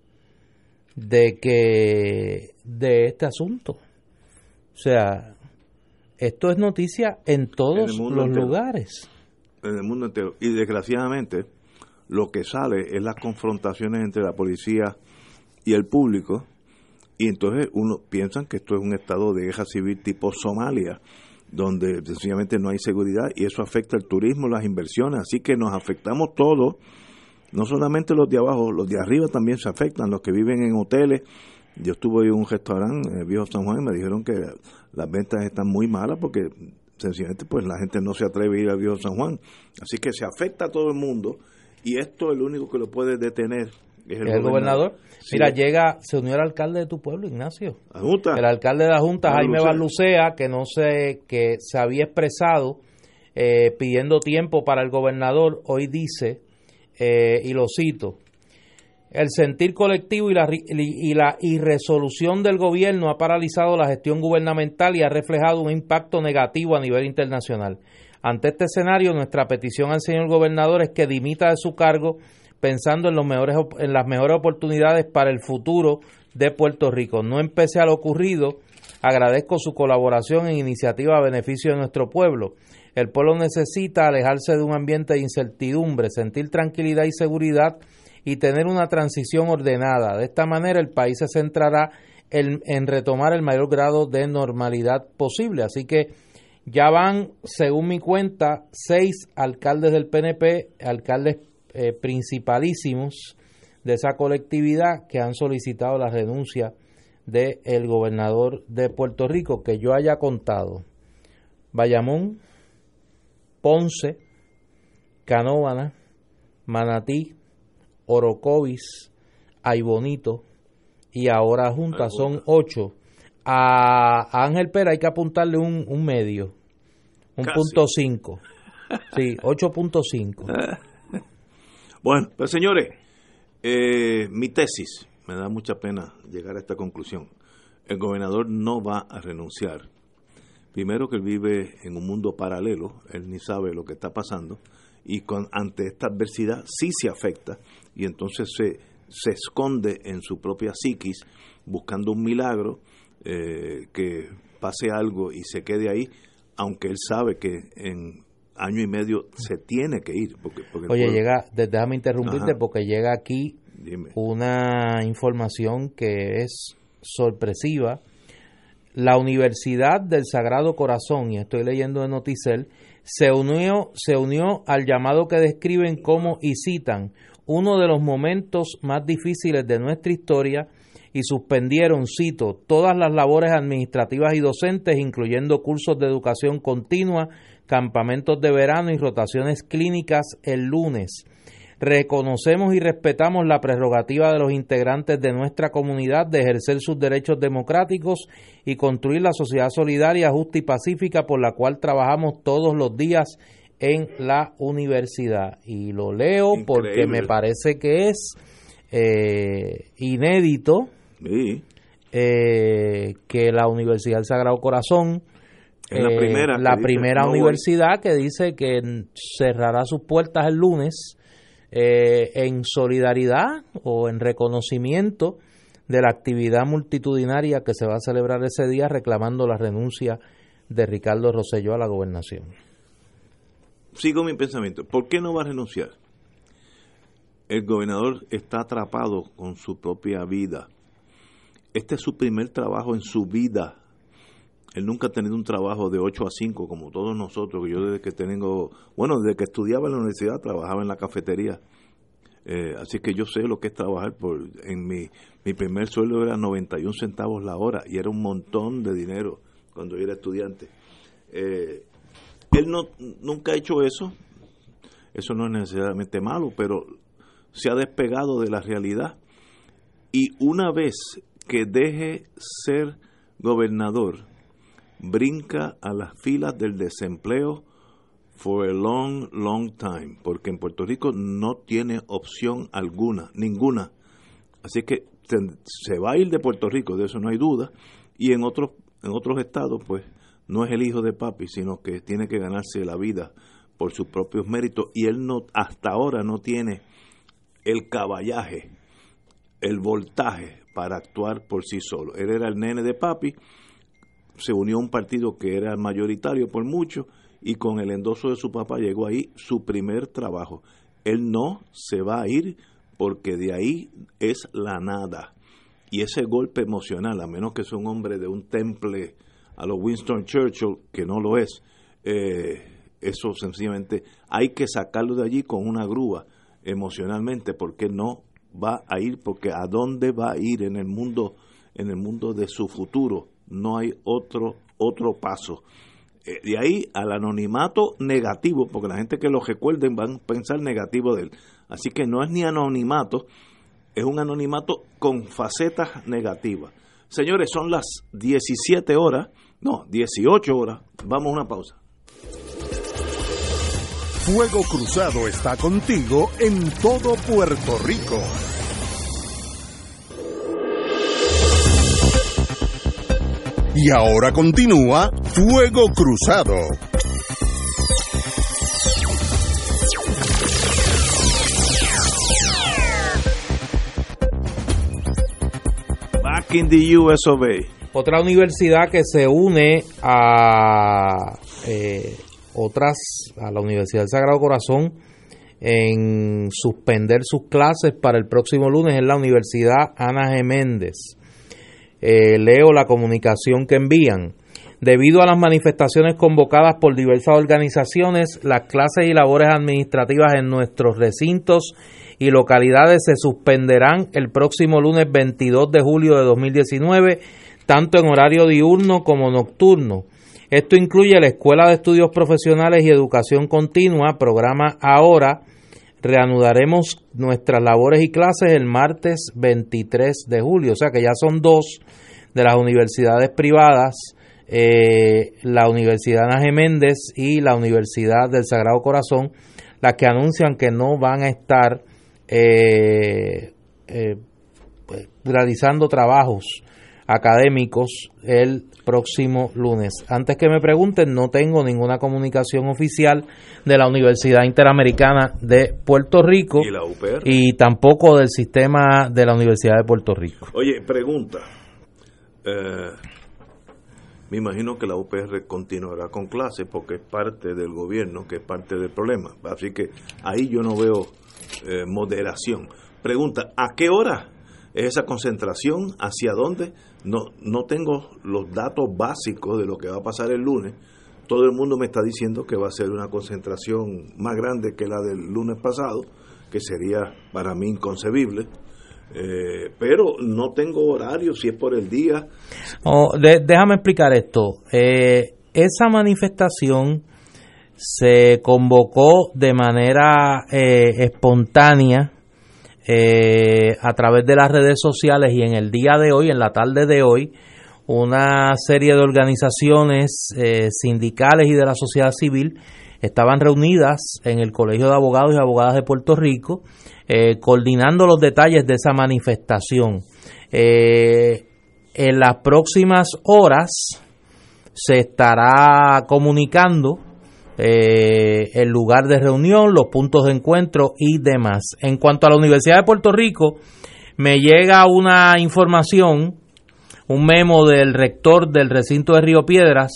de que de este asunto. O sea, esto es noticia en todos en los entero. lugares. En el mundo entero. Y desgraciadamente lo que sale es las confrontaciones entre la policía y el público, y entonces uno piensa que esto es un estado de guerra civil tipo Somalia, donde sencillamente no hay seguridad, y eso afecta el turismo, las inversiones, así que nos afectamos todos, no solamente los de abajo, los de arriba también se afectan, los que viven en hoteles. Yo estuve en un restaurante en el Viejo San Juan y me dijeron que las ventas están muy malas porque sencillamente pues la gente no se atreve a ir al Viejo San Juan, así que se afecta a todo el mundo. Y esto el único que lo puede detener es el, el gobernador. gobernador. Sí. Mira, llega, se unió el alcalde de tu pueblo, Ignacio. La Junta. El alcalde de la Junta, Jaime Barlucea. Barlucea, que no sé, que se había expresado eh, pidiendo tiempo para el gobernador, hoy dice, eh, y lo cito: el sentir colectivo y la, y la irresolución del gobierno ha paralizado la gestión gubernamental y ha reflejado un impacto negativo a nivel internacional. Ante este escenario, nuestra petición al señor gobernador es que dimita de su cargo, pensando en los mejores en las mejores oportunidades para el futuro de Puerto Rico. No empecé a lo ocurrido. Agradezco su colaboración en iniciativa a beneficio de nuestro pueblo. El pueblo necesita alejarse de un ambiente de incertidumbre, sentir tranquilidad y seguridad y tener una transición ordenada. De esta manera el país se centrará en, en retomar el mayor grado de normalidad posible. Así que ya van, según mi cuenta, seis alcaldes del P N P, alcaldes eh, principalísimos de esa colectividad, que han solicitado la renuncia del gobernador de Puerto Rico, que yo haya contado: Bayamón, Ponce, Canóvana, Manatí, Orocovis, Aybonito y ahora Junta. Son ocho. A Ángel Pérez hay que apuntarle un, un medio, un Casi. punto cinco. Sí, ocho punto cinco. Bueno, pues señores, eh, mi tesis, me da mucha pena llegar a esta conclusión. El gobernador no va a renunciar. Primero, que él vive en un mundo paralelo, él ni sabe lo que está pasando, y con, ante esta adversidad sí se afecta, y entonces se, se esconde en su propia psiquis buscando un milagro, eh, que pase algo y se quede ahí, aunque él sabe que en año y medio se tiene que ir. Porque, porque Oye, pueblo, llega, déjame interrumpirte, ajá. porque llega aquí Dime. Una información que es sorpresiva. La Universidad del Sagrado Corazón, y estoy leyendo de Noticel, se unió, se unió al llamado que describen como, y citan, uno de los momentos más difíciles de nuestra historia, y suspendieron, cito, todas las labores administrativas y docentes, incluyendo cursos de educación continua, campamentos de verano y rotaciones clínicas el lunes. Reconocemos y respetamos la prerrogativa de los integrantes de nuestra comunidad de ejercer sus derechos democráticos y construir la sociedad solidaria, justa y pacífica por la cual trabajamos todos los días en la universidad. Y lo leo Increíble. Porque me parece que es eh, inédito sí. eh, que la Universidad del Sagrado Corazón, es la primera, eh, la que primera dice, universidad no que dice que cerrará sus puertas el lunes eh, en solidaridad o en reconocimiento de la actividad multitudinaria que se va a celebrar ese día, reclamando la renuncia de Ricardo Rosselló a la gobernación. Sigo mi pensamiento. ¿Por qué no va a renunciar? El gobernador está atrapado con su propia vida. Este es su primer trabajo en su vida. Él nunca ha tenido un trabajo de ocho a cinco como todos nosotros, que yo desde que tengo, bueno, desde que estudiaba en la universidad trabajaba en la cafetería. Eh, así que yo sé lo que es trabajar. Por en mi, mi primer sueldo era noventa y un centavos la hora y era un montón de dinero cuando yo era estudiante. Eh, él no nunca ha hecho eso. Eso no es necesariamente malo, pero se ha despegado de la realidad. Y una vez que deje ser gobernador, brinca a las filas del desempleo for a long, long time, porque en Puerto Rico no tiene opción alguna, ninguna. Así que se, se va a ir de Puerto Rico, de eso no hay duda, y en otros en otros estados, pues, no es el hijo de papi, sino que tiene que ganarse la vida por sus propios méritos, y él no, hasta ahora no tiene el caballaje, el voltaje para actuar por sí solo. Él era el nene de papi, se unió a un partido que era mayoritario por mucho, y con el endoso de su papá llegó ahí su primer trabajo. Él no se va a ir porque de ahí es la nada. Y ese golpe emocional, a menos que sea un hombre de un temple a los Winston Churchill, que no lo es, eh, eso sencillamente hay que sacarlo de allí con una grúa emocionalmente, porque no va a ir, porque a dónde va a ir en el mundo, en el mundo de su futuro. No hay otro otro paso. Eh, de ahí al anonimato negativo, porque la gente que lo recuerden van a pensar negativo de él. Así que no es ni anonimato, es un anonimato con facetas negativas. Señores, son las diecisiete horas, no, dieciocho horas. Vamos a una pausa. Fuego Cruzado está contigo en todo Puerto Rico. Y ahora continúa Fuego Cruzado. Back in the U S of A. Otra universidad que se une a eh, otras, a la Universidad del Sagrado Corazón, en suspender sus clases para el próximo lunes es la Universidad Ana G. Méndez. Eh, leo la comunicación que envían. Debido a las manifestaciones convocadas por diversas organizaciones, las clases y labores administrativas en nuestros recintos y localidades se suspenderán el próximo lunes veintidós de julio de dos mil diecinueve, tanto en horario diurno como nocturno. Esto incluye la Escuela de Estudios Profesionales y Educación Continua, programa Ahora. Reanudaremos nuestras labores y clases el martes veintitrés de julio, o sea que ya son dos de las universidades privadas, eh, la Universidad Ana G. Méndez y la Universidad del Sagrado Corazón, las que anuncian que no van a estar eh, eh, pues, realizando trabajos académicos el próximo lunes. Antes que me pregunten, no tengo ninguna comunicación oficial de la Universidad Interamericana de Puerto Rico y la U P R, y tampoco del sistema de la Universidad de Puerto Rico. Oye, pregunta, eh, me imagino que la U P R continuará con clases porque es parte del gobierno, que es parte del problema. Así que ahí yo no veo eh, moderación. Pregunta, ¿a qué hora es esa concentración? ¿Hacia dónde? No, no tengo los datos básicos de lo que va a pasar el lunes. Todo el mundo me está diciendo que va a ser una concentración más grande que la del lunes pasado, que sería para mí inconcebible. Eh, pero no tengo horario, si es por el día. Oh, de, déjame explicar esto. Eh, esa manifestación se convocó de manera eh, espontánea eh, a través de las redes sociales, y en el día de hoy, en la tarde de hoy, una serie de organizaciones eh, sindicales y de la sociedad civil estaban reunidas en el Colegio de Abogados y Abogadas de Puerto Rico, eh, coordinando los detalles de esa manifestación. Eh, en las próximas horas se estará comunicando eh, el lugar de reunión, los puntos de encuentro y demás. En cuanto a la Universidad de Puerto Rico, me llega una información, un memo del rector del recinto de Río Piedras,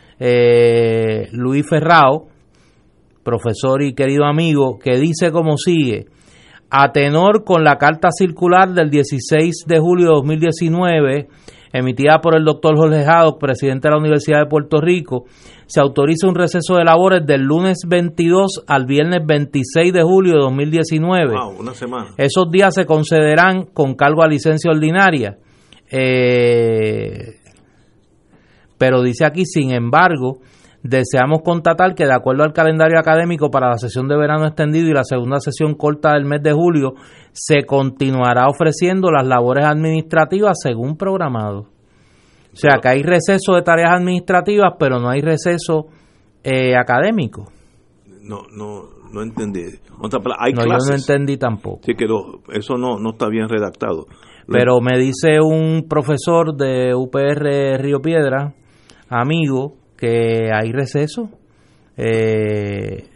eh, Luis Ferrao, profesor y querido amigo, que dice como sigue: a tenor con la carta circular del dieciséis de julio de dos mil diecinueve, emitida por el doctor Jorge Haddock, presidente de la Universidad de Puerto Rico, se autoriza un receso de labores del lunes veintidós al viernes veintiséis de julio de dos mil diecinueve. Wow, una semana. Esos días se concederán con cargo a licencia ordinaria. Eh, pero dice aquí, sin embargo, deseamos constatar que de acuerdo al calendario académico para la sesión de verano extendido y la segunda sesión corta del mes de julio, se continuará ofreciendo las labores administrativas según programado. O sea, que hay receso de tareas administrativas, pero no hay receso eh, académico. No, no, no entendí. Hay no, clases. Yo no entendí tampoco. Sí, que lo, eso no, no está bien redactado. Pero me dice un profesor de U P R Río Piedra, amigo, que hay receso eh,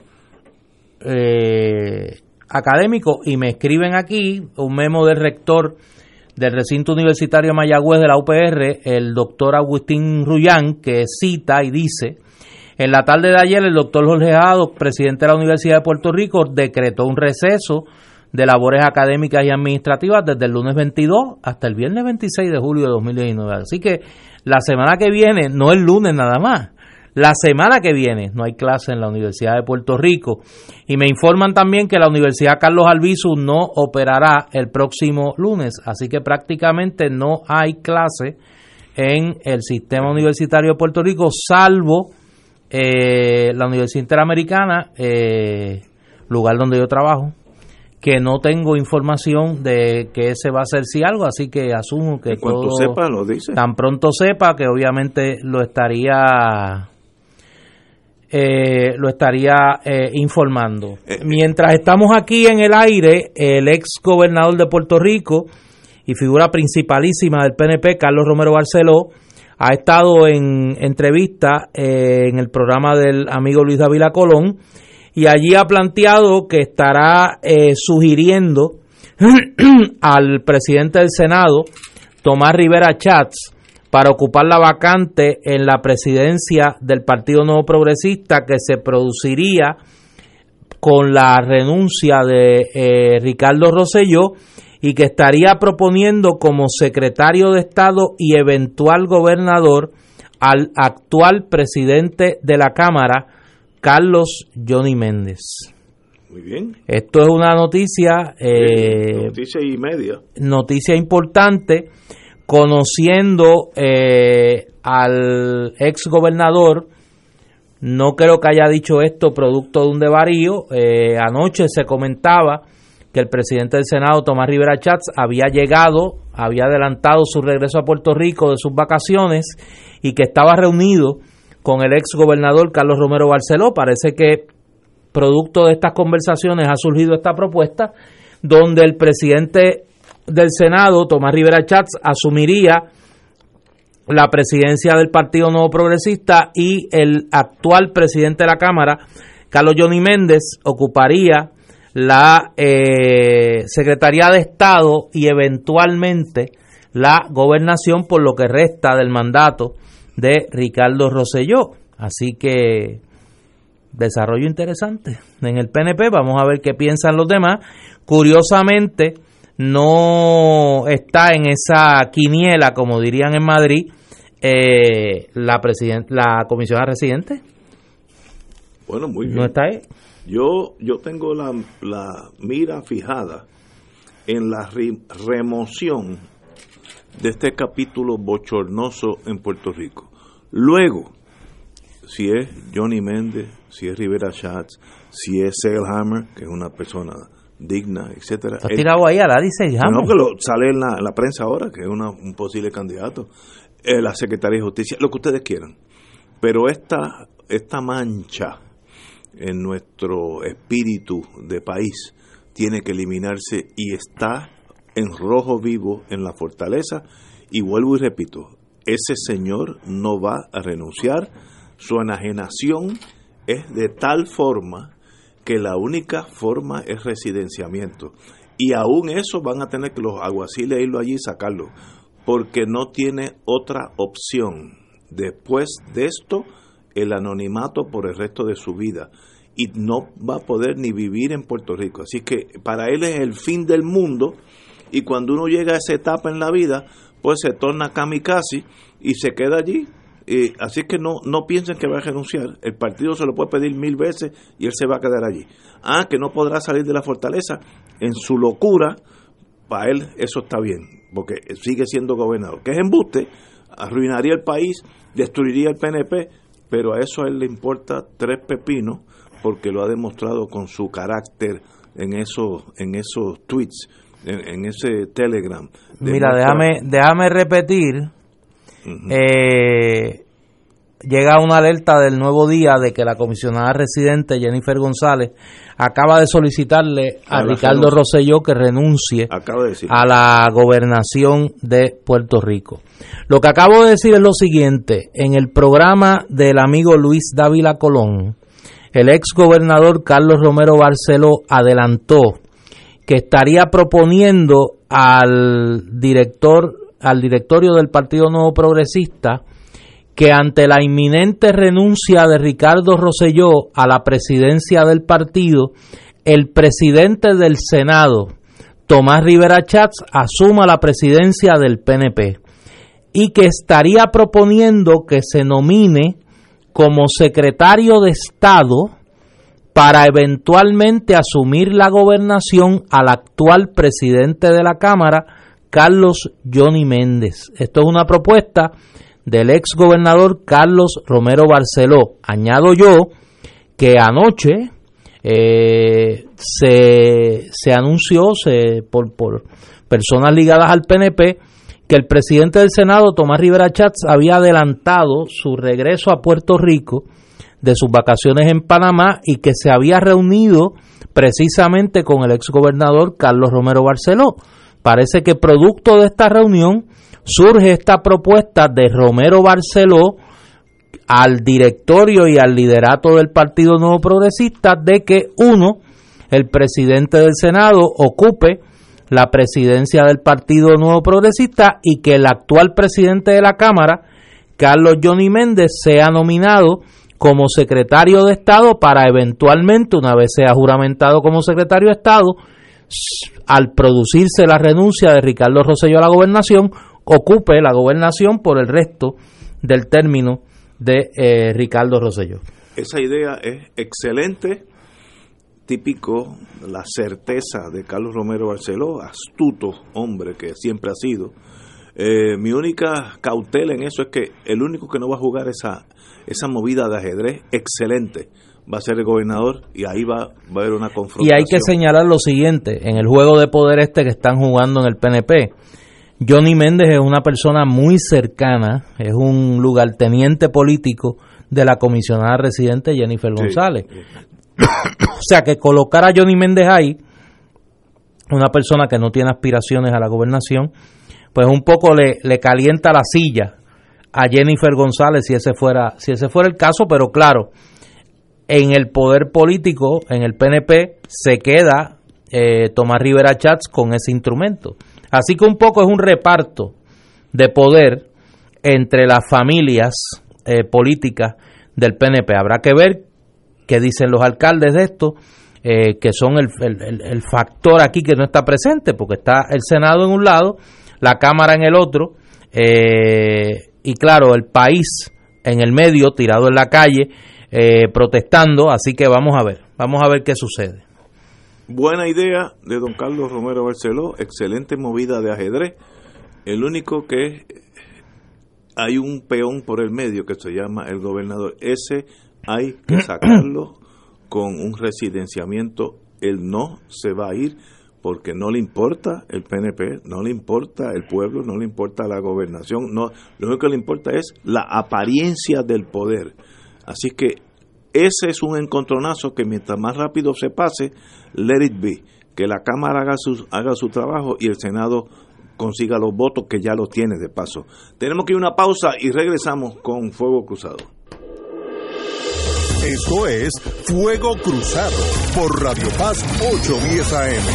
eh, académico, y me escriben aquí un memo del rector del recinto universitario Mayagüez de la U P R, el doctor Agustín Rullán, que cita y dice: en la tarde de ayer el doctor Jorge Haddock, presidente de la Universidad de Puerto Rico, decretó un receso de labores académicas y administrativas desde el lunes veintidós hasta el viernes veintiséis de julio de dos mil diecinueve. Así que la semana que viene, no el lunes nada más, la semana que viene no hay clase en la Universidad de Puerto Rico. Y me informan también que la Universidad Carlos Albizu no operará el próximo lunes, así que prácticamente no hay clase en el sistema universitario de Puerto Rico, salvo eh, la Universidad Interamericana, eh, lugar donde yo trabajo, que no tengo información de que se va a hacer si algo, así que asumo que todo, sepa, lo dice. Tan pronto sepa, que obviamente lo estaría eh, lo estaría eh, informando. Eh, Mientras estamos aquí en el aire, el ex gobernador de Puerto Rico y figura principalísima del P N P, Carlos Romero Barceló, ha estado en entrevista eh, en el programa del amigo Luis Dávila Colón, y allí ha planteado que estará eh, sugiriendo al presidente del Senado, Tomás Rivera Chats, para ocupar la vacante en la presidencia del Partido Nuevo Progresista, que se produciría con la renuncia de eh, Ricardo Rosselló, y que estaría proponiendo como secretario de Estado y eventual gobernador al actual presidente de la Cámara, Carlos Johnny Méndez. Muy bien. Esto es una noticia, eh, noticia y media. Noticia importante, conociendo eh, al ex gobernador. No creo que haya dicho esto producto de un desvarío. Eh, anoche se comentaba que el presidente del Senado, Tomás Rivera Chats, había llegado, había adelantado su regreso a Puerto Rico de sus vacaciones, y que estaba reunido con el ex gobernador Carlos Romero Barceló. Parece que producto de estas conversaciones ha surgido esta propuesta, donde el presidente del Senado, Tomás Rivera Chats, asumiría la presidencia del Partido Nuevo Progresista, y el actual presidente de la Cámara, Carlos Johnny Méndez, ocuparía la eh, Secretaría de Estado y eventualmente la gobernación por lo que resta del mandato de Ricardo Rosselló. Así que desarrollo interesante en el P N P, vamos a ver qué piensan los demás. Curiosamente, no está en esa quiniela, como dirían en Madrid, eh, la president- la comisionada residente. Bueno, muy bien. ¿No está ahí? Yo, yo tengo la, la mira fijada en la re- remoción de este capítulo bochornoso en Puerto Rico. Luego, si es Johnny Méndez, si es Rivera Schatz, si es Selhammer, que es una persona digna, etcétera. Está tirado ahí a la dice No, que lo, sale en la, en la prensa ahora, que es una, un posible candidato. Eh, la Secretaría de Justicia, lo que ustedes quieran. Pero esta, esta mancha en nuestro espíritu de país tiene que eliminarse y está en rojo vivo en la fortaleza. Y vuelvo y repito, ese señor no va a renunciar. Su enajenación es de tal forma que la única forma es residenciamiento. Y aún eso van a tener que los alguaciles irlo allí y sacarlo, porque no tiene otra opción. Después de esto, el anonimato por el resto de su vida. Y no va a poder ni vivir en Puerto Rico. Así que para él es el fin del mundo. Y cuando uno llega a esa etapa en la vida, pues se torna kamikaze y se queda allí. Eh, así que no no piensen que va a renunciar. El partido se lo puede pedir mil veces y él se va a quedar allí. Ah, que no podrá salir de la fortaleza. En su locura, para él eso está bien, porque sigue siendo gobernador. Que es embuste, arruinaría el país, destruiría el P N P, pero a eso a él le importa tres pepinos, porque lo ha demostrado con su carácter en esos, en esos tweets, en, en ese Telegram. Mira, déjame, déjame repetir. Uh-huh. Eh, llega una alerta del Nuevo Día de que la comisionada residente Jennifer González acaba de solicitarle a, a Ricardo Rosselló que renuncie a la gobernación de Puerto Rico. Lo que acabo de decir es lo siguiente: en el programa del amigo Luis Dávila Colón, el ex gobernador Carlos Romero Barceló adelantó que estaría proponiendo al director al directorio del Partido Nuevo Progresista que ante la inminente renuncia de Ricardo Rosselló a la presidencia del partido, el presidente del Senado, Tomás Rivera Schatz, asuma la presidencia del P N P y que estaría proponiendo que se nomine como secretario de Estado para eventualmente asumir la gobernación al actual presidente de la Cámara, Carlos Johnny Méndez. Esto es una propuesta del ex gobernador Carlos Romero Barceló. Añado yo que anoche eh, se, se anunció se, por, por personas ligadas al P N P que el presidente del Senado, Tomás Rivera Schatz, había adelantado su regreso a Puerto Rico de sus vacaciones en Panamá y que se había reunido precisamente con el ex gobernador Carlos Romero Barceló. Parece que producto de esta reunión surge esta propuesta de Romero Barceló al directorio y al liderato del Partido Nuevo Progresista de que, uno, el presidente del Senado ocupe la presidencia del Partido Nuevo Progresista y que el actual presidente de la Cámara, Carlos Johnny Méndez, sea nominado como secretario de Estado para eventualmente, una vez sea juramentado como secretario de Estado, al producirse la renuncia de Ricardo Rosselló a la gobernación, ocupe la gobernación por el resto del término de eh, Ricardo Rosselló. Esa idea es excelente, típico la certeza de Carlos Romero Barceló, astuto hombre que siempre ha sido. Eh, mi única cautela en eso es que el único que no va a jugar esa, esa movida de ajedrez excelente va a ser el gobernador, y ahí va, va a haber una confrontación. Y hay que señalar lo siguiente: en el juego de poder este que están jugando en el P N P, Johnny Méndez es una persona muy cercana, es un lugarteniente político de la comisionada residente Jennifer González. Sí. O sea que colocar a Johnny Méndez ahí, una persona que no tiene aspiraciones a la gobernación, pues un poco le, le calienta la silla a Jennifer González si ese fuera, si ese fuera el caso. Pero claro, en el poder político, en el P N P, se queda eh, Tomás Rivera Schatz con ese instrumento. Así que un poco es un reparto de poder entre las familias eh, políticas del P N P. Habrá que ver qué dicen los alcaldes de esto, eh, que son el, el, el factor aquí que no está presente, porque está el Senado en un lado, la Cámara en el otro, eh, y claro, el país en el medio, tirado en la calle, eh, protestando. Así que vamos a ver, vamos a ver qué sucede. Buena idea de don Carlos Romero Barceló, excelente movida de ajedrez. El único que hay un peón por el medio que se llama el gobernador. Ese hay que sacarlo con un residenciamiento. Él no se va a ir porque no le importa el P N P, no le importa el pueblo, no le importa la gobernación. No, lo único que le importa es la apariencia del poder. Así que ese es un encontronazo que mientras más rápido se pase, let it be. Que la Cámara haga su, haga su trabajo y el Senado consiga los votos, que ya los tiene de paso. Tenemos que ir a una pausa y regresamos con Fuego Cruzado. Esto es Fuego Cruzado por Radio Paz ochocientos diez A M.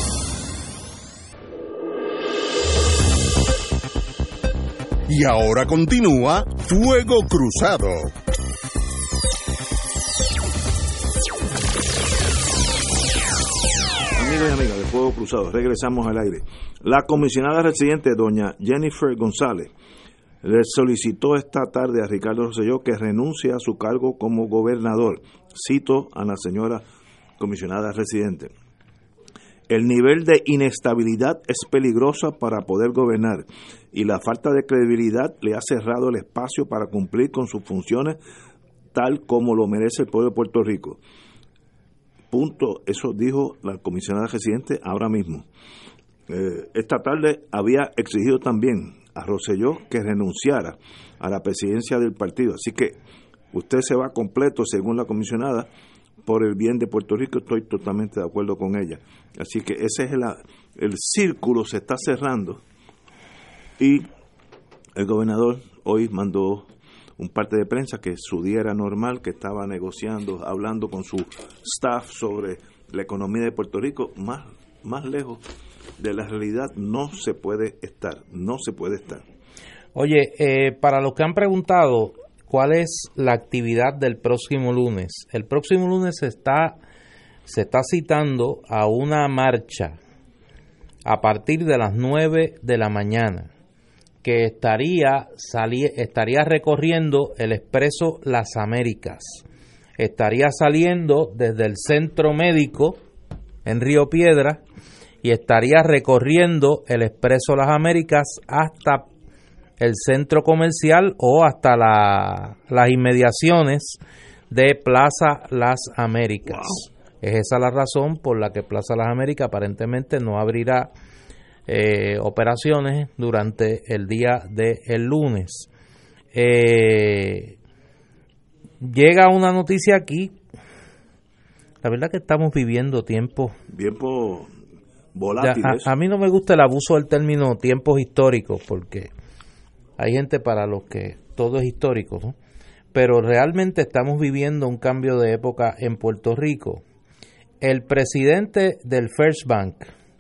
Y ahora continúa Fuego Cruzado. Amigos y amigas de Fuego Cruzado, regresamos al aire. La comisionada residente, doña Jennifer González, le solicitó esta tarde a Ricardo Rosselló que renuncie a su cargo como gobernador. Cito a la señora comisionada residente. El nivel de inestabilidad es peligrosa para poder gobernar y la falta de credibilidad le ha cerrado el espacio para cumplir con sus funciones tal como lo merece el pueblo de Puerto Rico. Punto. Eso dijo la comisionada residente ahora mismo. Eh, esta tarde había exigido también a Rosselló que renunciara a la presidencia del partido. Así que usted se va completo, según la comisionada, por el bien de Puerto Rico. Estoy totalmente de acuerdo con ella. Así que ese es el, el círculo se está cerrando. Y el gobernador hoy mandó un parte de prensa que su día era normal, que estaba negociando, hablando con su staff sobre la economía de Puerto Rico. Más, más lejos de la realidad no se puede estar, no se puede estar. Oye, eh, para los que han preguntado cuál es la actividad del próximo lunes, el próximo lunes se está, se está citando a una marcha a partir de las nueve de la mañana, que estaría, sali, estaría recorriendo el Expreso Las Américas. Estaría saliendo desde el Centro Médico en Río Piedras y estaría recorriendo el Expreso Las Américas hasta el centro comercial o hasta la, las inmediaciones de Plaza Las Américas. Wow. Es esa la razón por la que Plaza Las Américas aparentemente no abrirá eh, operaciones durante el día del lunes. Eh, llega una noticia aquí. La verdad que estamos viviendo tiempos... Tiempos volátiles. A, a mí no me gusta el abuso del término tiempos históricos, porque hay gente para los que todo es histórico, ¿no? Pero realmente estamos viviendo un cambio de época en Puerto Rico. El presidente del First Bank,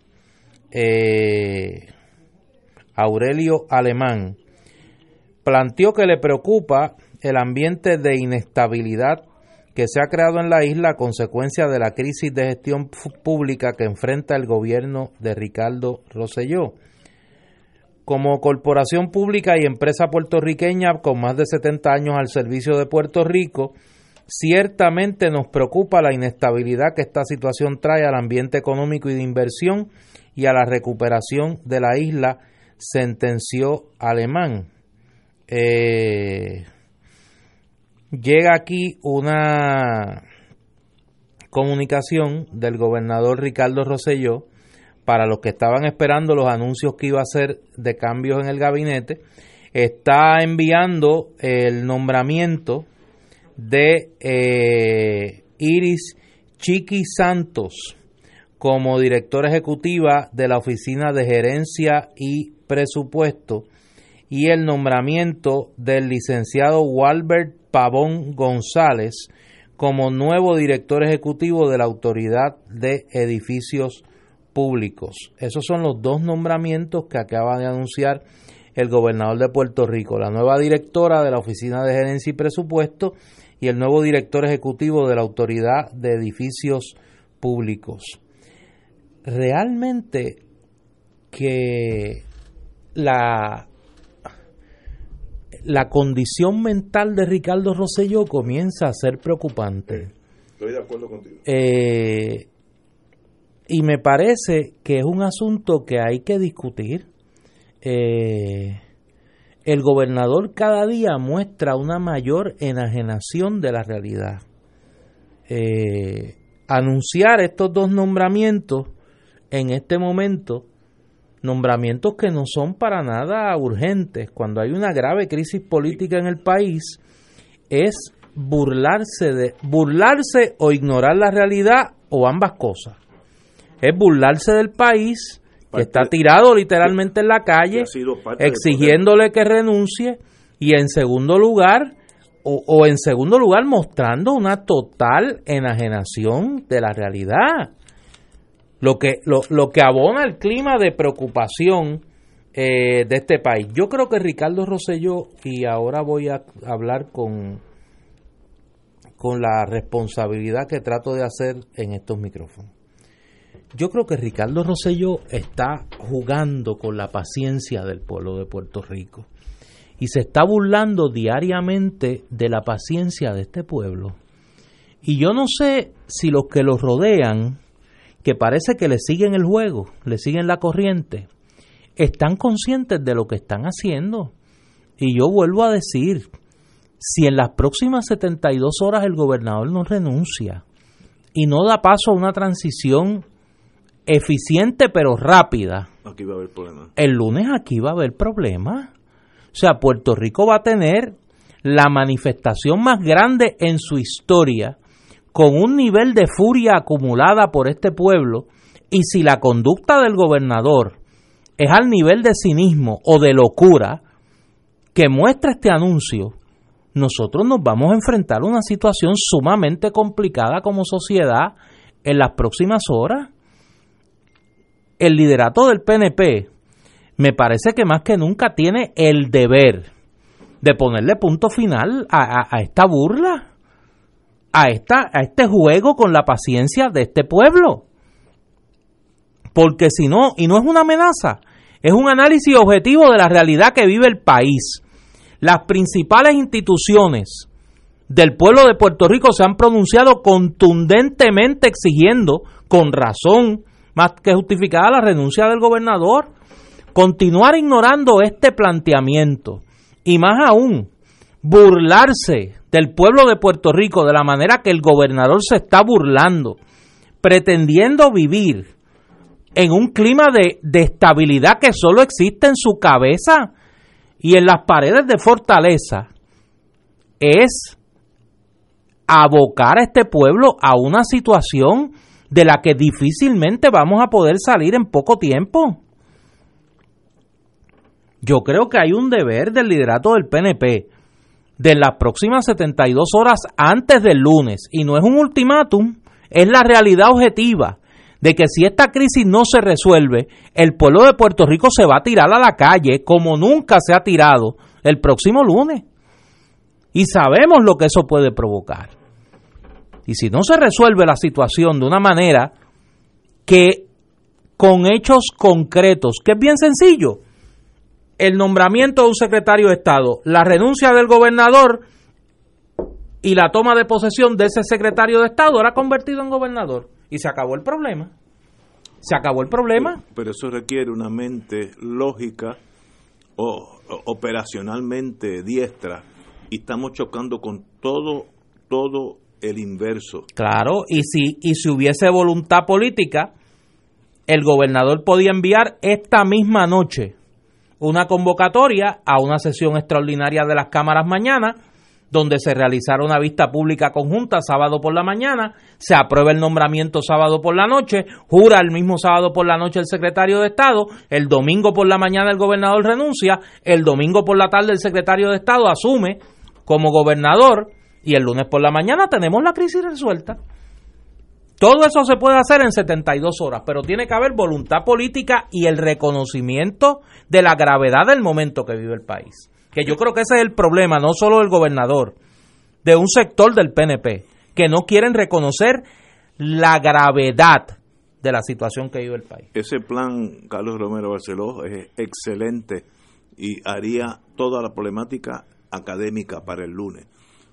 eh, Aurelio Alemán, planteó que le preocupa el ambiente de inestabilidad que se ha creado en la isla a consecuencia de la crisis de gestión pública que enfrenta el gobierno de Ricardo Rosselló. Como corporación pública y empresa puertorriqueña con más de setenta años al servicio de Puerto Rico, ciertamente nos preocupa la inestabilidad que esta situación trae al ambiente económico y de inversión y a la recuperación de la isla, sentenció Alemán. Eh, llega aquí una comunicación del gobernador Ricardo Rosselló para los que estaban esperando los anuncios que iba a hacer de cambios en el gabinete. Está enviando el nombramiento de eh, Iris Chiqui Santos como directora ejecutiva de la Oficina de Gerencia y Presupuesto y el nombramiento del licenciado Walbert Pavón González como nuevo director ejecutivo de la Autoridad de Edificios Públicos. Esos son los dos nombramientos que acaba de anunciar el gobernador de Puerto Rico, la nueva directora de la Oficina de Gerencia y Presupuesto y el nuevo director ejecutivo de la Autoridad de Edificios Públicos. Realmente que la, la condición mental de Ricardo Rosselló comienza a ser preocupante. Estoy de acuerdo contigo. Eh, y me parece que es un asunto que hay que discutir. Eh, el gobernador cada día muestra una mayor enajenación de la realidad. Eh, anunciar estos dos nombramientos en este momento, nombramientos que no son para nada urgentes, cuando hay una grave crisis política en el país, es burlarse de burlarse o ignorar la realidad, o ambas cosas. Es burlarse del país, que está tirado literalmente en la calle, exigiéndole que renuncie, y en segundo lugar, o, o en segundo lugar mostrando una total enajenación de la realidad, lo que lo, lo que abona el clima de preocupación eh, de este país. Yo creo que Ricardo Rosselló, y ahora voy a hablar con con la responsabilidad que trato de hacer en estos micrófonos. Yo creo que Ricardo Rosselló está jugando con la paciencia del pueblo de Puerto Rico y se está burlando diariamente de la paciencia de este pueblo. Y yo no sé si los que los rodean, que parece que le siguen el juego, le siguen la corriente, están conscientes de lo que están haciendo. Y yo vuelvo a decir, si en las próximas setenta y dos horas el gobernador no renuncia y no da paso a una transición eficiente pero rápida, aquí va a haber problemas. El lunes aquí va a haber problemas. O sea, Puerto Rico va a tener la manifestación más grande en su historia, con un nivel de furia acumulada por este pueblo, y si la conducta del gobernador es al nivel de cinismo o de locura que muestra este anuncio, nosotros nos vamos a enfrentar a una situación sumamente complicada como sociedad en las próximas horas. El liderato del P N P me parece que más que nunca tiene el deber de ponerle punto final a, a, a esta burla, a, esta, a este juego con la paciencia de este pueblo. Porque si no, y no es una amenaza, es un análisis objetivo de la realidad que vive el país. Las principales instituciones del pueblo de Puerto Rico se han pronunciado contundentemente exigiendo, con razón más que justificada, la renuncia del gobernador. Continuar ignorando este planteamiento y más aún burlarse del pueblo de Puerto Rico de la manera que el gobernador se está burlando, pretendiendo vivir en un clima de, de estabilidad que solo existe en su cabeza y en las paredes de Fortaleza, es abocar a este pueblo a una situación de la que difícilmente vamos a poder salir en poco tiempo. Yo creo que hay un deber del liderato del P N P de las próximas setenta y dos horas antes del lunes, y no es un ultimátum, es la realidad objetiva de que si esta crisis no se resuelve, el pueblo de Puerto Rico se va a tirar a la calle como nunca se ha tirado el próximo lunes. Y sabemos lo que eso puede provocar. Y si no se resuelve la situación de una manera que con hechos concretos, que es bien sencillo, el nombramiento de un secretario de Estado, la renuncia del gobernador y la toma de posesión de ese secretario de Estado, era convertido en gobernador y se acabó el problema. Se acabó el problema. Pero, pero eso requiere una mente lógica o, o operacionalmente diestra, y estamos chocando con todo todo el inverso. Claro, y si y si hubiese voluntad política, el gobernador podía enviar esta misma noche una convocatoria a una sesión extraordinaria de las cámaras mañana, donde se realizara una vista pública conjunta sábado por la mañana, se aprueba el nombramiento sábado por la noche, jura el mismo sábado por la noche el secretario de Estado, el domingo por la mañana el gobernador renuncia, el domingo por la tarde el secretario de Estado asume como gobernador, y el lunes por la mañana tenemos la crisis resuelta. Todo eso se puede hacer en setenta y dos horas, pero tiene que haber voluntad política y el reconocimiento de la gravedad del momento que vive el país. Que yo creo que ese es el problema, no solo del gobernador, de un sector del P N P, que no quieren reconocer la gravedad de la situación que vive el país. Ese plan, Carlos Romero Barceló, es excelente y haría toda la problemática académica para el lunes.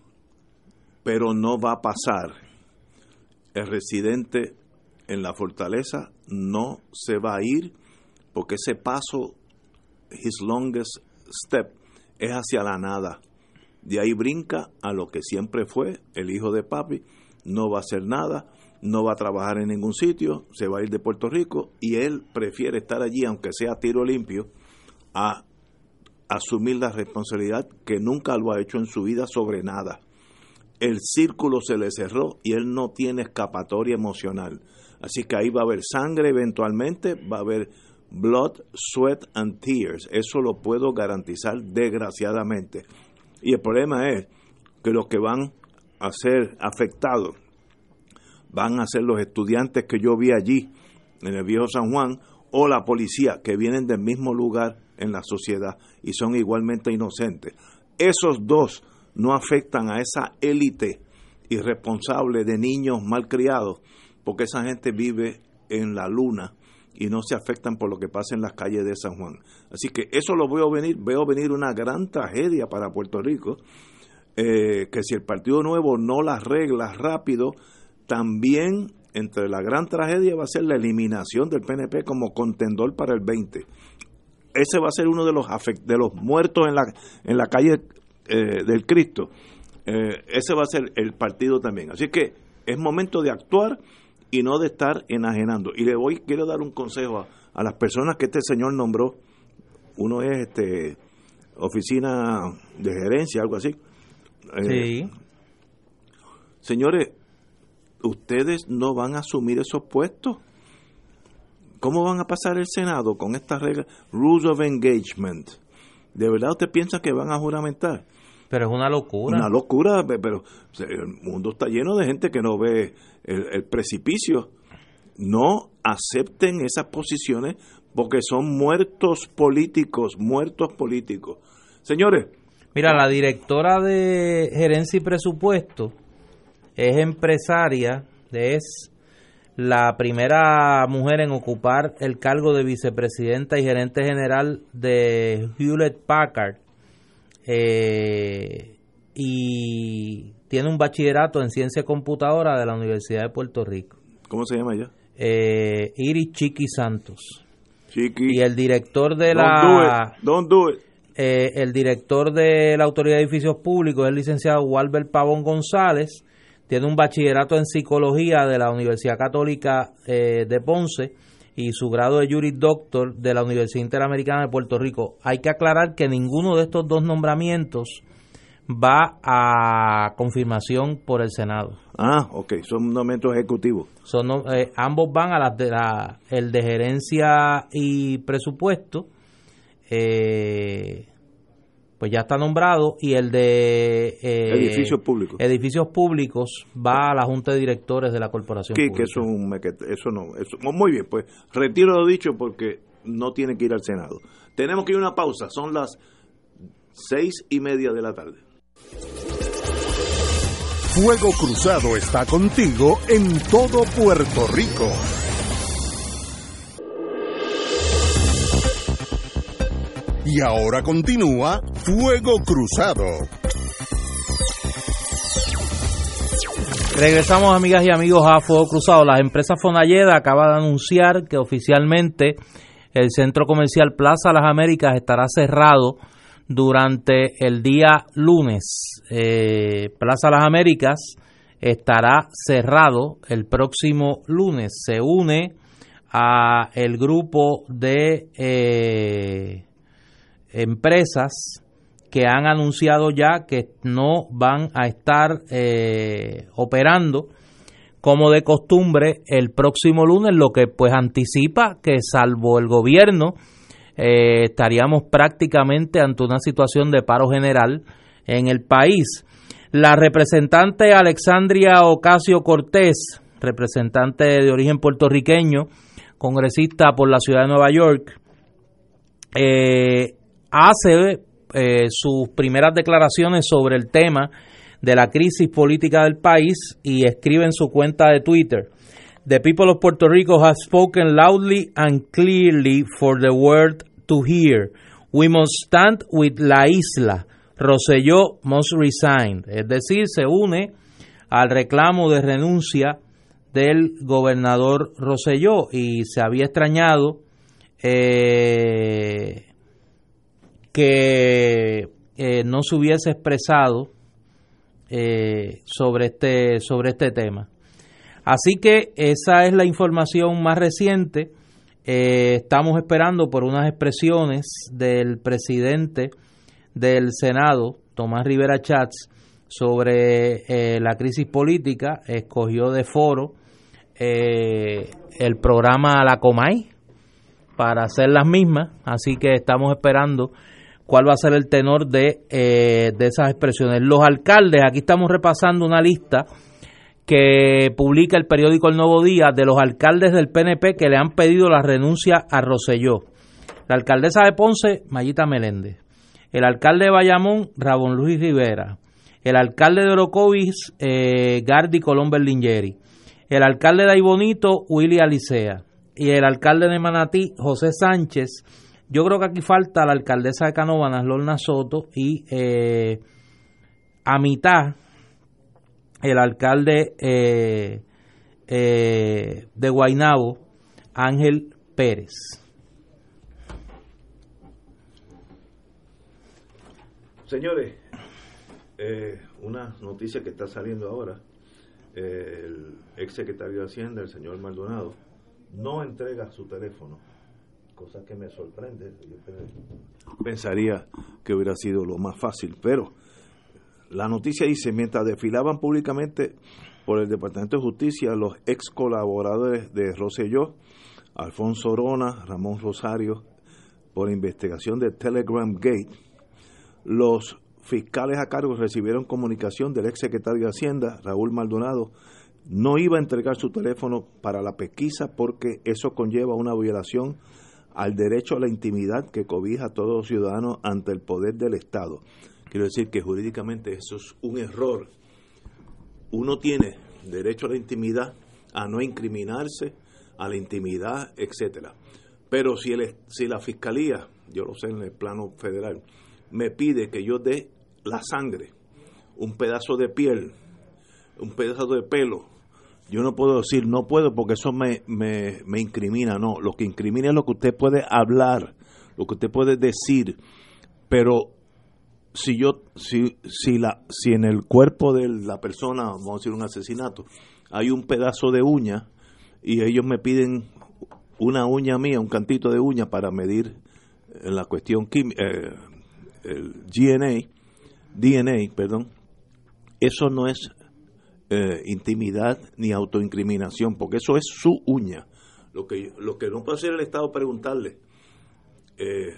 Pero no va a pasar. El residente en la fortaleza no se va a ir porque ese paso, his longest step, es hacia la nada. De ahí brinca a lo que siempre fue el hijo de papi, no va a hacer nada, no va a trabajar en ningún sitio, se va a ir de Puerto Rico y él prefiere estar allí, aunque sea a tiro limpio, a asumir la responsabilidad que nunca lo ha hecho en su vida sobre nada. El círculo se le cerró y él no tiene escapatoria emocional. Así que ahí va a haber sangre eventualmente, va a haber blood, sweat and tears. Eso lo puedo garantizar desgraciadamente. Y el problema es que los que van a ser afectados van a ser los estudiantes que yo vi allí en el viejo San Juan o la policía que vienen del mismo lugar en la sociedad y son igualmente inocentes. Esos dos no afectan a esa élite irresponsable de niños malcriados, porque esa gente vive en la luna y no se afectan por lo que pasa en las calles de San Juan. Así que eso lo veo venir, veo venir una gran tragedia para Puerto Rico, eh, que si el Partido Nuevo no las arregla rápido, también entre la gran tragedia va a ser la eliminación del P N P como contendor para el veinte. Ese va a ser uno de los afect- de los muertos en la en la calle eh, del Cristo. Eh, ese va a ser el partido también. Así que es momento de actuar y no de estar enajenando. Y le voy quiero dar un consejo a, a las personas que este señor nombró. Uno es este oficina de gerencia, algo así. Eh, Sí. Señores, ustedes no van a asumir esos puestos. ¿Cómo van a pasar el Senado con estas reglas? Rules of Engagement. ¿De verdad usted piensa que van a juramentar? Pero es una locura. Una locura, pero el mundo está lleno de gente que no ve el, el precipicio. No acepten esas posiciones porque son muertos políticos, muertos políticos. Señores. Mira, la directora de Gerencia y Presupuesto es empresaria, es la primera mujer en ocupar el cargo de vicepresidenta y gerente general de Hewlett Packard, eh, y tiene un bachillerato en ciencia computadora de la Universidad de Puerto Rico. ¿Cómo se llama ella? Eh, Iris Chiqui Santos. Chiqui. Y el director de Don't la... do it. Don't do it. Eh, el director de la Autoridad de Edificios Públicos es el licenciado Walbert Pavón González. Tiene un bachillerato en psicología de la Universidad Católica eh, de Ponce y su grado de Juris Doctor de la Universidad Interamericana de Puerto Rico. Hay que aclarar que ninguno de estos dos nombramientos va a confirmación por el Senado. Ah, ok, son nombramientos ejecutivos. Son eh, ambos van a las de la, el de gerencia y presupuesto, eh, pues ya está nombrado, y el de eh, edificios públicos edificios públicos va a la Junta de Directores de la Corporación sí, Pública. que eso, es un mequete, eso no, eso, muy bien, pues retiro lo dicho porque no tiene que ir al Senado. Tenemos que ir a una pausa, son las seis y media de la tarde. Fuego Cruzado está contigo en todo Puerto Rico. Y ahora continúa Fuego Cruzado. Regresamos, amigas y amigos, a Fuego Cruzado. Las empresas Fonalleda acaba de anunciar que oficialmente el Centro Comercial Plaza Las Américas estará cerrado durante el día lunes. Eh, Plaza Las Américas estará cerrado el próximo lunes. Se une a el grupo de eh, empresas que han anunciado ya que no van a estar eh, operando como de costumbre el próximo lunes, lo que pues anticipa que, salvo el gobierno, eh, estaríamos prácticamente ante una situación de paro general en el país. La representante Alexandria Ocasio-Cortez representante de origen puertorriqueño, congresista por la ciudad de Nueva York, eh, hace eh, sus primeras declaraciones sobre el tema de la crisis política del país y escribe en su cuenta de Twitter: "The people of Puerto Rico have spoken loudly and clearly for the world to hear. We must stand with la isla. Rosselló must resign". Es decir, se une al reclamo de renuncia del gobernador Rosselló, y se había extrañado eh, que eh, no se hubiese expresado eh, sobre este sobre este tema. Así que esa es la información más reciente. Eh, estamos esperando por unas expresiones del presidente del Senado, Tomás Rivera Chats, sobre eh, la crisis política. Escogió de foro eh, el programa La Comay para hacer las mismas, así que estamos esperando cuál va a ser el tenor de, eh, de esas expresiones. Los alcaldes, aquí estamos repasando una lista que publica el periódico El Nuevo Día de los alcaldes del P N P que le han pedido la renuncia a Rosselló. La alcaldesa de Ponce, Mayita Meléndez. El alcalde de Bayamón, Ramón Luis Rivera. El alcalde de Orocovis, eh, Gardi Colón Berlingeri. El alcalde de Aybonito, Willy Alicea. Y el alcalde de Manatí, José Sánchez. Yo creo que aquí falta la alcaldesa de Canóvanas, Lorna Soto, y eh, a mitad el alcalde eh, eh, de Guaynabo, Ángel Pérez. Señores, eh, una noticia que está saliendo ahora: eh, el ex secretario de Hacienda, el señor Maldonado, no entrega su teléfono, cosa que me sorprende. Yo pensaría que hubiera sido lo más fácil, pero la noticia dice: mientras desfilaban públicamente por el Departamento de Justicia los ex colaboradores de Rosselló, Alfonso Orona, Ramón Rosario, por investigación de Telegram Gate, los fiscales a cargo recibieron comunicación del ex secretario de Hacienda, Raúl Maldonado, no iba a entregar su teléfono para la pesquisa porque eso conlleva una violación al derecho a la intimidad que cobija a todos los ciudadanos ante el poder del Estado. Quiero decir que jurídicamente eso es un error. Uno tiene derecho a la intimidad, a no incriminarse, a la intimidad, etcétera. Pero si, el, si la fiscalía, yo lo sé en el plano federal, me pide que yo dé la sangre, un pedazo de piel, un pedazo de pelo, yo no puedo decir no puedo porque eso me, me, me incrimina. No, lo que incrimina es lo que usted puede hablar, lo que usted puede decir. Pero si yo si si la si en el cuerpo de la persona, vamos a decir un asesinato, hay un pedazo de uña y ellos me piden una uña mía, un cantito de uña para medir en la cuestión química, eh, el G N A, D N A, perdón, eso no es eh, intimidad ni autoincriminación, porque eso es su uña. Lo que lo que no puede hacer el Estado preguntarle, eh,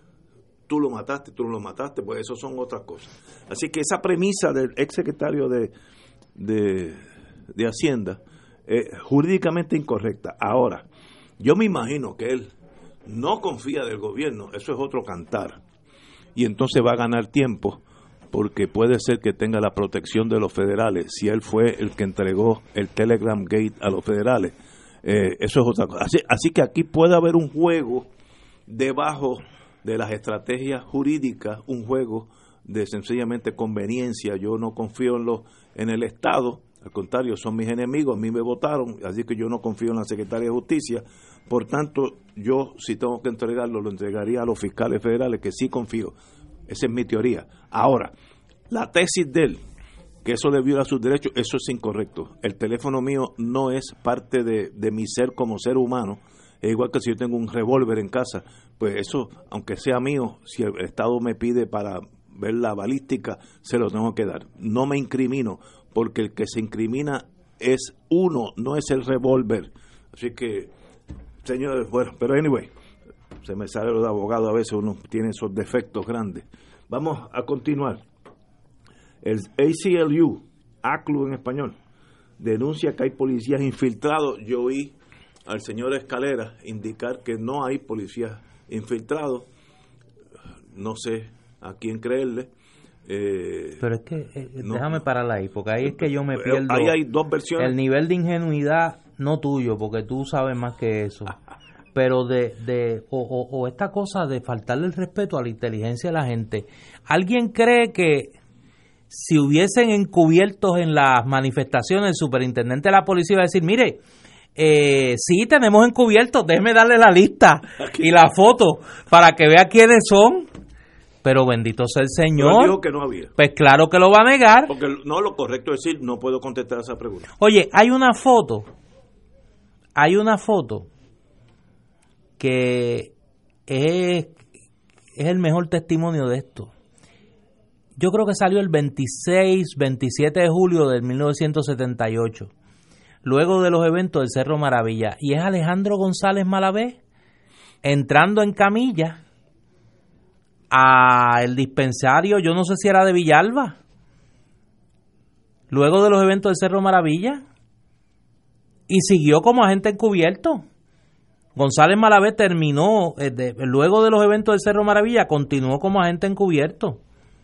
tú lo mataste, tú no lo mataste, pues eso son otras cosas. Así que esa premisa del ex secretario de, de, de Hacienda es jurídicamente incorrecta. Ahora, yo me imagino que él no confía del gobierno, eso es otro cantar, y entonces va a ganar tiempo porque puede ser que tenga la protección de los federales si él fue el que entregó el Telegram Gate a los federales. Eh, eso es otra cosa. Así, así que aquí puede haber un juego debajo de las estrategias jurídicas, un juego de sencillamente conveniencia. Yo no confío en los en el Estado, al contrario, son mis enemigos, a mí me votaron, así que yo no confío en la Secretaría de Justicia. Por tanto, yo si tengo que entregarlo, lo entregaría a los fiscales federales, que sí confío. Esa es mi teoría. Ahora, la tesis de él, que eso le viola sus derechos, eso es incorrecto. El teléfono mío no es parte de, de mi ser como ser humano. Es igual que si yo tengo un revólver en casa, pues eso, aunque sea mío, si el Estado me pide para ver la balística, se lo tengo que dar. No me incrimino, porque el que se incrimina es uno, no es el revólver. Así que, señores, bueno, pero anyway, se me sale lo de abogado, a veces uno tiene esos defectos grandes. Vamos a continuar. El A C L U, A C L U en español, denuncia que hay policías infiltrados. Yo oí al señor Escalera indicar que no hay policías infiltrados. No sé a quién creerle. Eh, Pero es que, eh, no, déjame parar ahí, porque ahí es que yo me pierdo. Ahí hay dos versiones. El nivel de ingenuidad, no tuyo, porque tú sabes más que eso. Pero de, de o, o, o esta cosa de faltarle el respeto a la inteligencia de la gente. ¿Alguien cree que si hubiesen encubiertos en las manifestaciones, el superintendente de la policía iba a decir, mire, eh, sí, tenemos encubiertos, déjeme darle la lista y la foto para que vea quiénes son? Pero bendito sea el Señor. Pero dijo que no había. Pues claro que lo va a negar. Porque no, lo correcto es decir, no puedo contestar esa pregunta. Oye, hay una foto, hay una foto que es, es el mejor testimonio de esto. Yo creo que salió el veintiséis, veintisiete de julio de mil novecientos setenta y ocho, luego de los eventos del Cerro Maravilla, y es Alejandro González Malavé entrando en camilla a el dispensario, yo no sé si era de Villalba, luego de los eventos del Cerro Maravilla, y siguió como agente encubierto. González Malavé terminó, eh, de, luego de los eventos del Cerro Maravilla, continuó como agente encubierto.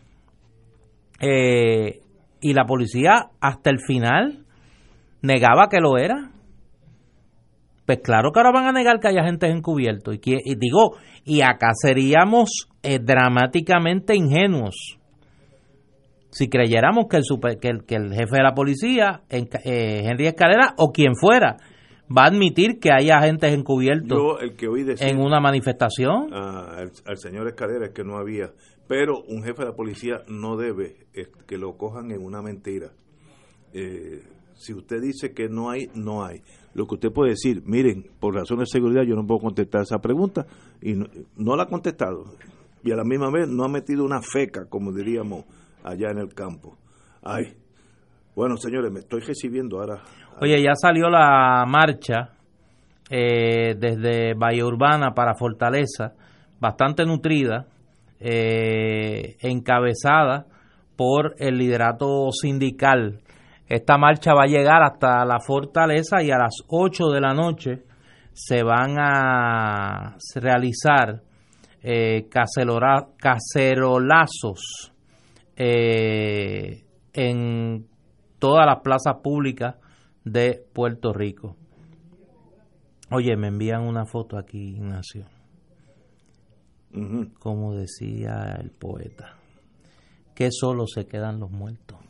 Eh, y la policía hasta el final negaba que lo era. Pues claro que ahora van a negar que haya agentes encubiertos. Y, que, y digo, y acá seríamos eh, dramáticamente ingenuos si creyéramos que el, super, que el, que el jefe de la policía, en, eh, Henry Escalera, o quien fuera, va a admitir que haya agentes encubiertos. Yo, el que oí decir en una manifestación. A, al, al señor Escalera es que no había. Pero un jefe de la policía no debe es, que lo cojan en una mentira. Eh, si usted dice que no hay, no hay. Lo que usted puede decir, miren, por razones de seguridad yo no puedo contestar esa pregunta, y no, no la ha contestado. Y a la misma vez no ha metido una feca, como diríamos allá en el campo. Ay, bueno, señores, me estoy recibiendo ahora. Oye, ya salió la marcha eh, desde Bahía Urbana para Fortaleza, bastante nutrida, eh, encabezada por el liderato sindical. Esta marcha va a llegar hasta la Fortaleza y a las ocho de la noche se van a realizar eh, cacerora, cacerolazos eh, en todas las plazas públicas de Puerto Rico. Oye, me envían una foto aquí, Ignacio. Uh-huh. Como decía el poeta, que solo se quedan los muertos.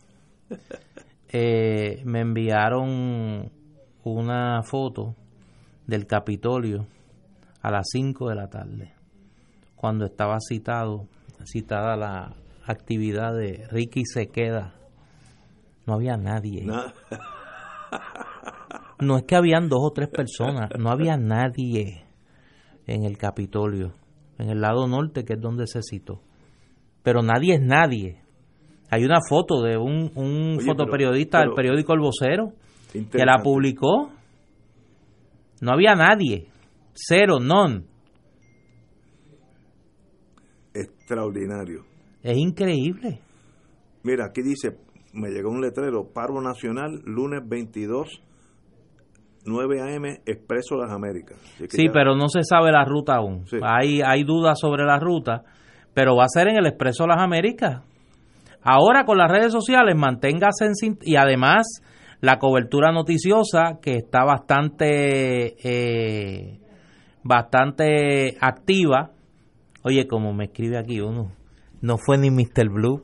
Eh, me enviaron una foto del Capitolio a las cinco de la tarde, cuando estaba citado citada la actividad de Ricky se queda. No había nadie. No. No es que habían dos o tres personas, no había nadie en el Capitolio, en el lado norte, que es donde se citó. Pero nadie es nadie. Hay una foto de un, un Oye, fotoperiodista pero, pero, del periódico El Vocero que la publicó. No había nadie. Cero, none. Extraordinario. Es increíble. Mira, aquí dice, me llegó un letrero, paro nacional, lunes veintidós, nueve a eme, Expreso Las Américas. Sí, ya... pero no se sabe la ruta aún. Sí. Hay, hay dudas sobre la ruta, pero va a ser en el Expreso Las Américas. Ahora con las redes sociales, manténgase en... Y además, la cobertura noticiosa, que está bastante, eh, bastante activa. Oye, como me escribe aquí uno, no fue ni mister Blue.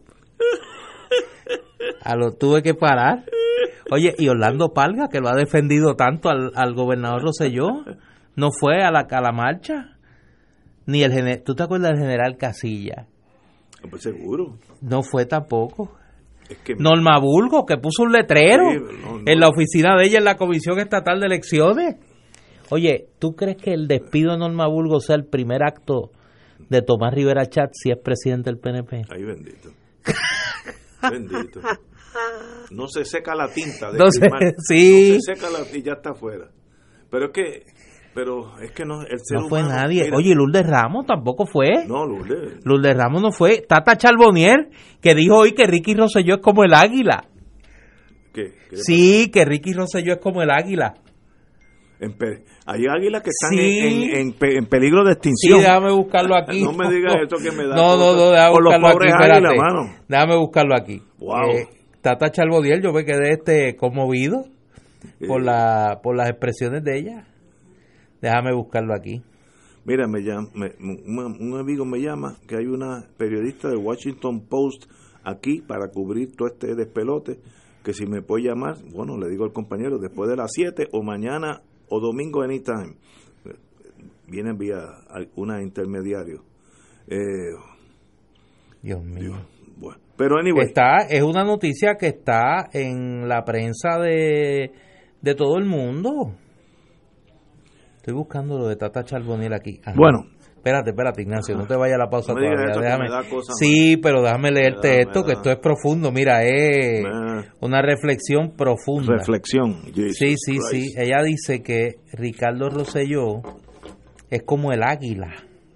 A lo tuve que parar. Oye, y Orlando Palga, que lo ha defendido tanto al, al gobernador Rosselló, no fue a la, a la marcha. Ni el general, ¿tú te acuerdas del general Casilla? Pues seguro. No fue tampoco. Es que Norma Burgos, que puso un letrero sí, no, no, en la oficina de ella en la Comisión Estatal de Elecciones. Oye, ¿tú crees que el despido de Norma Burgos sea el primer acto de Tomás Rivera Chat si es presidente del P N P? Ay, bendito. Bendito. No se seca la tinta de no, se, sí. no se seca la tinta y ya está afuera. Pero es que pero es que no el ser no fue humano, nadie. Mira, oye, Lourdes Ramos tampoco fue. No, Lourdes. Lourdes Ramos no fue. Tata Charbonnier, que dijo hoy que Ricky Rosselló es como el águila. ¿Qué? ¿Qué Sí, que Ricky Rosselló es como el águila. En pe- hay águilas que están Sí. en, en, en pe- en peligro de Sí, extinción. déjame buscarlo aquí. No me digas eso que me da No, no, cosa. no, déjame Por los buscarlo aquí, pobres espérate. águilas, mano. Déjame buscarlo aquí. Wow. Eh, Tata Charboniel, yo me quedé este conmovido por Eh, la por las expresiones de ella. Déjame buscarlo aquí. Mira, me llama, me- un, un amigo me llama que hay una periodista de Washington Post aquí para cubrir todo este despelote, que si me puede llamar, bueno, le digo al compañero, después de las siete o mañana o domingo anytime. Viene vía una intermediario. Eh, Dios mío. Dios, bueno. Pero anyway, Está, es una noticia que está en la prensa de, de todo el mundo. Estoy buscando lo de Tata Charboniel aquí. Ajá. bueno, Espérate, espérate, Ignacio, Ajá. no te vayas a la pausa No me digas todavía. eso que Déjame. me da cosa, Sí, pero déjame leerte Me da, esto, me que da. esto es profundo. Mira, es me- una reflexión profunda. reflexión. Jesus Sí, sí, sí. Christ. Ella dice que Ricardo Rosselló es como el águila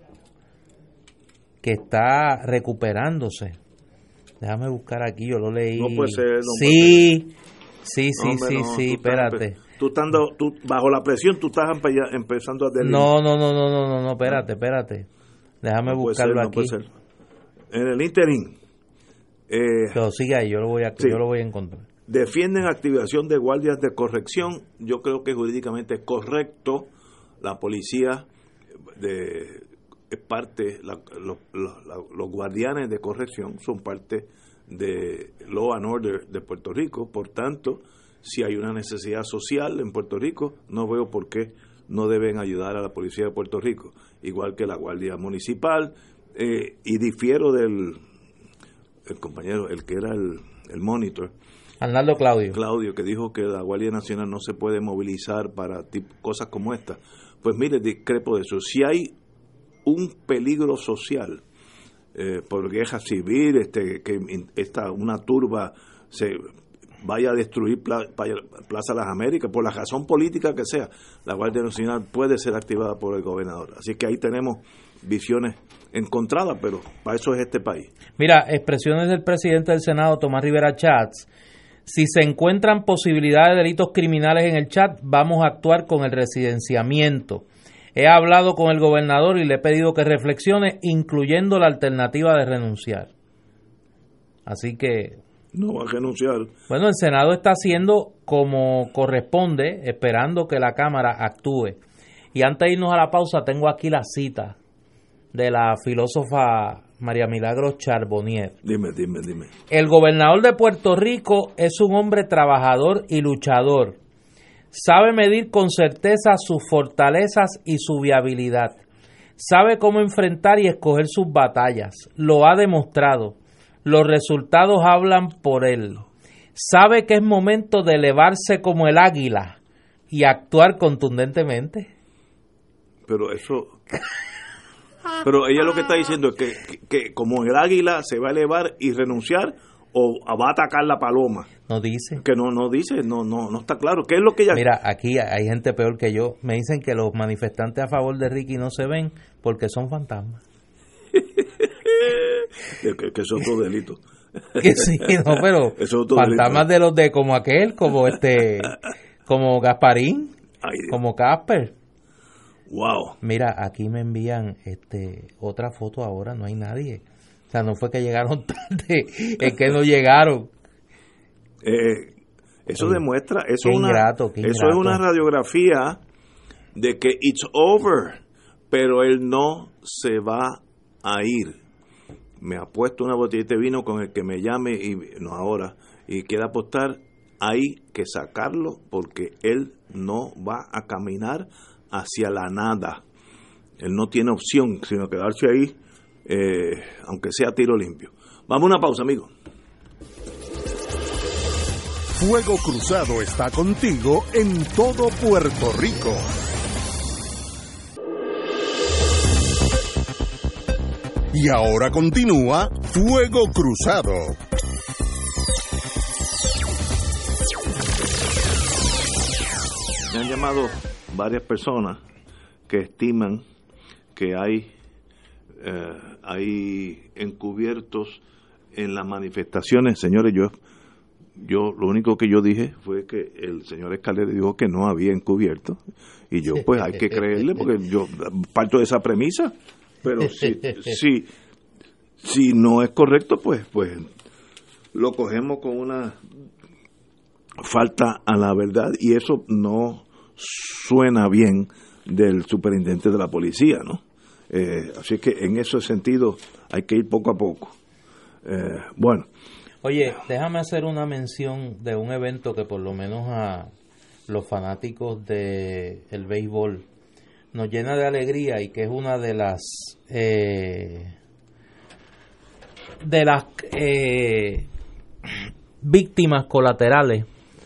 que está recuperándose. Déjame buscar aquí, yo lo leí. No puede ser, no sí, sí, sí, Hombre, sí, no, sí, tú estás espérate. empe- Tú estando, tú, bajo la presión, tú estás empe- empezando a delinear. No, no, no, no, no, no, no, espérate, espérate. Déjame No puede ser, buscarlo no puede aquí. ser. En el interín, eh, Pero sigue ahí, yo lo voy a, Sí. yo lo voy a encontrar. defienden activación de guardias de corrección. Yo creo que jurídicamente es correcto. La policía de, es parte, la- los, los- la- los guardianes de corrección son parte de Law and Order de Puerto Rico. Por tanto, si hay una necesidad social en Puerto Rico, no veo por qué no deben ayudar a la policía de Puerto Rico, igual que la Guardia Municipal. Eh, y difiero del el compañero, el que era el, el monitor, Arnaldo Claudio. Claudio, que dijo que la Guardia Nacional no se puede movilizar para tip- cosas como esta. Pues mire, discrepo de eso. Si hay un peligro social eh, por guerra civil, este, que in- esta, una turba se vaya a destruir Pla- Pa- Plaza Las Américas, por la razón política que sea, la Guardia Nacional puede ser activada por el gobernador. Así que ahí tenemos visiones encontradas, pero para eso es este país. Mira, expresiones del presidente del Senado, Tomás Rivera Chats. Si se encuentran posibilidades de delitos criminales en el chat, vamos a actuar con el residenciamiento. He hablado con el gobernador y le he pedido que reflexione, incluyendo la alternativa de renunciar. Así que, No va a renunciar. bueno, el Senado está haciendo como corresponde, esperando que la Cámara actúe. Y antes de irnos a la pausa, tengo aquí la cita de la filósofa María Milagros Charboniel. Dime, dime, dime. El gobernador de Puerto Rico es un hombre trabajador y luchador. Sabe medir con certeza sus fortalezas y su viabilidad. Sabe cómo enfrentar y escoger sus batallas. Lo ha demostrado. Los resultados hablan por él. Sabe que es momento de elevarse como el águila y actuar contundentemente. Pero eso... Pero ella lo que está diciendo es que, que, que como el águila se va a elevar y renunciar o va a atacar la paloma. No dice. Que no no dice, no no no está claro. ¿Qué es lo que ella... Mira, aquí hay gente peor que yo. Me dicen que los manifestantes a favor de Ricky no se ven porque son fantasmas. que, que eso es otro delito. Que sí, no, pero Eso es otro fantasmas delito. de los de como aquel, como este, como Gasparín, Ay, Dios. como Casper. Wow. Mira, aquí me envían este otra foto ahora, no hay nadie. O sea, no fue que llegaron tarde, es que no llegaron. Eh, eso Oye, demuestra, eso, qué es una, ingrato, qué eso ingrato. es una radiografía de que it's over, pero él no se va a ir. Me ha puesto una botellita de vino con el que me llame, y no ahora, y quiera apostar, hay que sacarlo porque él no va a caminar hacia la nada. Él no tiene opción sino quedarse ahí, eh, aunque sea tiro limpio. Vamos a una pausa, amigos. Fuego Cruzado está contigo en todo Puerto Rico. Y ahora continúa Fuego Cruzado. Me han llamado varias personas que estiman que hay, eh, hay encubiertos en las manifestaciones. Señores, yo yo lo único que yo dije fue que el señor Escalera dijo que no había encubierto, y yo pues hay que creerle porque yo parto de esa premisa, pero si, si, si no es correcto, pues, pues lo cogemos con una falta a la verdad, y eso no suena bien del superintendente de la policía, ¿no? Eh, así que en ese sentido hay que ir poco a poco. Eh, bueno. Oye, déjame hacer una mención de un evento que por lo menos a los fanáticos de el béisbol nos llena de alegría, y que es una de las eh, de las eh, víctimas colaterales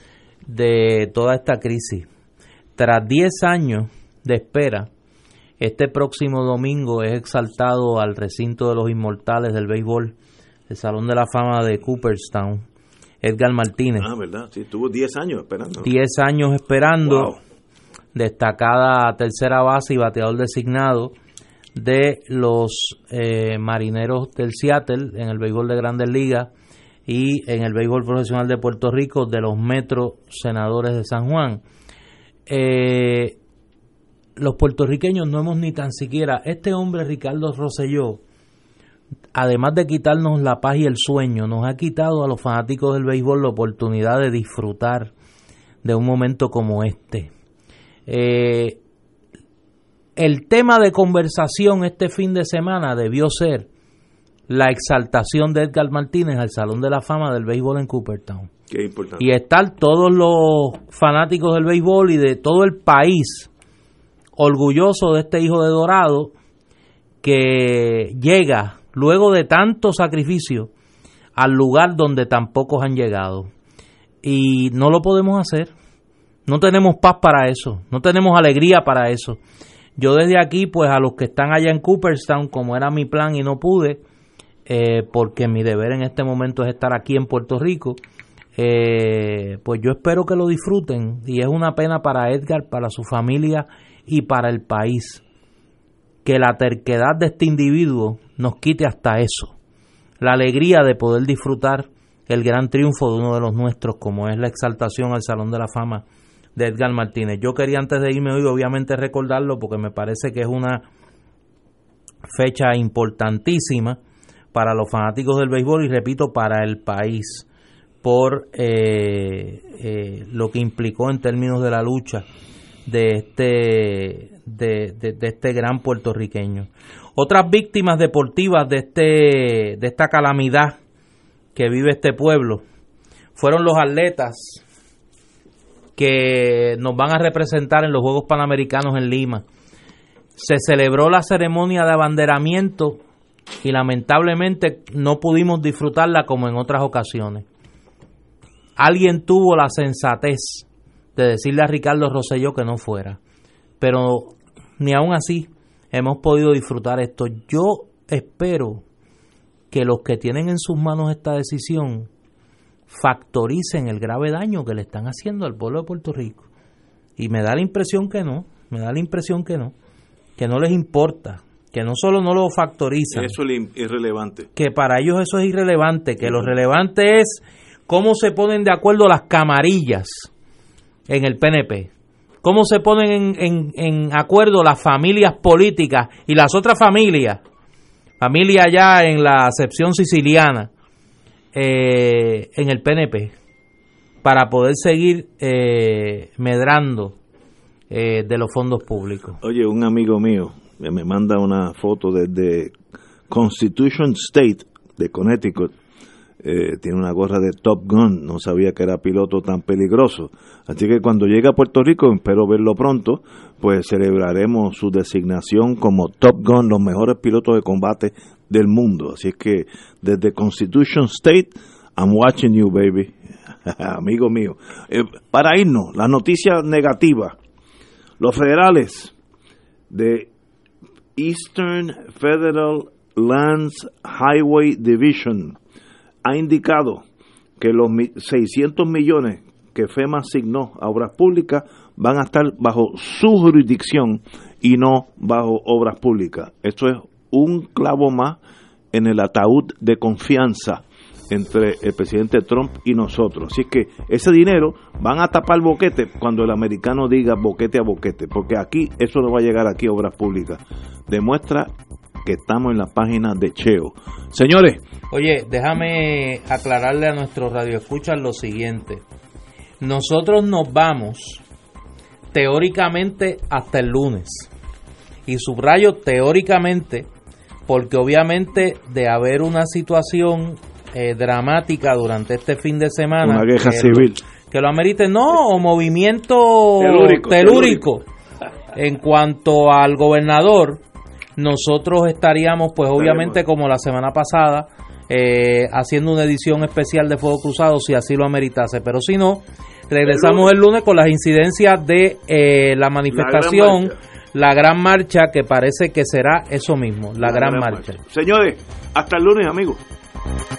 de toda esta crisis. Tras diez años de espera, este próximo domingo es exaltado al recinto de los inmortales del béisbol, el Salón de la Fama de Cooperstown, Edgar Martínez. Ah, ¿verdad? Sí, tuvo diez años esperando. diez años esperando. Wow. Destacada tercera base y bateador designado de los eh, Marineros del Seattle en el béisbol de Grandes Ligas, y en el béisbol profesional de Puerto Rico de los Metro Senadores de San Juan. Eh, los puertorriqueños no hemos ni tan siquiera, este hombre Ricardo Rosselló, además de quitarnos la paz y el sueño, nos ha quitado a los fanáticos del béisbol la oportunidad de disfrutar de un momento como este. Eh, el tema de conversación este fin de semana debió ser la exaltación de Edgar Martínez al Salón de la Fama del béisbol en Cooperstown. Qué importante. Y estar todos los fanáticos del béisbol y de todo el país orgullosos de este hijo de Dorado, que llega luego de tanto sacrificio al lugar donde tan pocos han llegado. Y no lo podemos hacer. No tenemos paz para eso. No tenemos alegría para eso. Yo desde aquí, pues a los que están allá en Cooperstown, como era mi plan y no pude, eh, porque mi deber en este momento es estar aquí en Puerto Rico, eh, pues yo espero que lo disfruten. Y es una pena para Edgar, para su familia y para el país, que la terquedad de este individuo nos quite hasta eso, la alegría de poder disfrutar el gran triunfo de uno de los nuestros, como es la exaltación al Salón de la Fama de Edgar Martínez. Yo quería, antes de irme hoy, obviamente recordarlo, porque me parece que es una fecha importantísima para los fanáticos del béisbol y, repito, para el país, por eh, eh, lo que implicó en términos de la lucha de este de, de, de este gran puertorriqueño. Otras víctimas deportivas de este de esta calamidad que vive este pueblo fueron los atletas que nos van a representar en los Juegos Panamericanos en Lima. Se celebró la ceremonia de abanderamiento y lamentablemente no pudimos disfrutarla como en otras ocasiones. Alguien tuvo la sensatez de decirle a Ricardo Rosselló que no fuera, pero ni aún así hemos podido disfrutar esto. Yo espero que los que tienen en sus manos esta decisión factoricen el grave daño que le están haciendo al pueblo de Puerto Rico, y me da la impresión que no, me da la impresión que no, que no les importa, que no solo no lo factorizan, eso es irrelevante, que para ellos eso es irrelevante, que lo relevante es cómo se ponen de acuerdo las camarillas en el P N P, cómo se ponen en, en, en acuerdo las familias políticas y las otras familias, familia ya en la acepción siciliana, eh, en el P N P, para poder seguir eh, medrando eh, de los fondos públicos. Oye, un amigo mío me manda una foto desde Constitution State de Connecticut. Eh, tiene una gorra de Top Gun, no sabía que era piloto tan peligroso, así que cuando llegue a Puerto Rico, espero verlo pronto, pues celebraremos su designación como Top Gun, los mejores pilotos de combate del mundo. Así que desde Constitution State, I'm watching you, baby. Amigo mío, eh, para irnos, la noticia negativa: los federales de Eastern Federal Lands Highway Division ha indicado que los seiscientos millones que FEMA asignó a obras públicas van a estar bajo su jurisdicción y no bajo obras públicas. Esto es un clavo más en el ataúd de confianza entre el presidente Trump y nosotros. Así que ese dinero van a tapar boquete cuando el americano diga boquete a boquete, porque aquí eso no va a llegar aquí a obras públicas. Demuestra que estamos en la página de Cheo. Señores. Oye, déjame aclararle a nuestros radioescuchas lo siguiente. Nosotros nos vamos teóricamente hasta el lunes. Y subrayo teóricamente, porque obviamente de haber una situación eh, dramática durante este fin de semana, una guerra que civil lo, que lo amerite, no, o movimiento telúrico, telúrico, telúrico. En cuanto al gobernador, nosotros estaríamos pues obviamente como la semana pasada eh, haciendo una edición especial de Fuego Cruzado si así lo ameritase, pero si no, regresamos el lunes, el lunes con las incidencias de eh, la manifestación, la gran, la gran marcha, que parece que será eso mismo, la, la gran, gran marcha. marcha. Señores, hasta el lunes, amigos.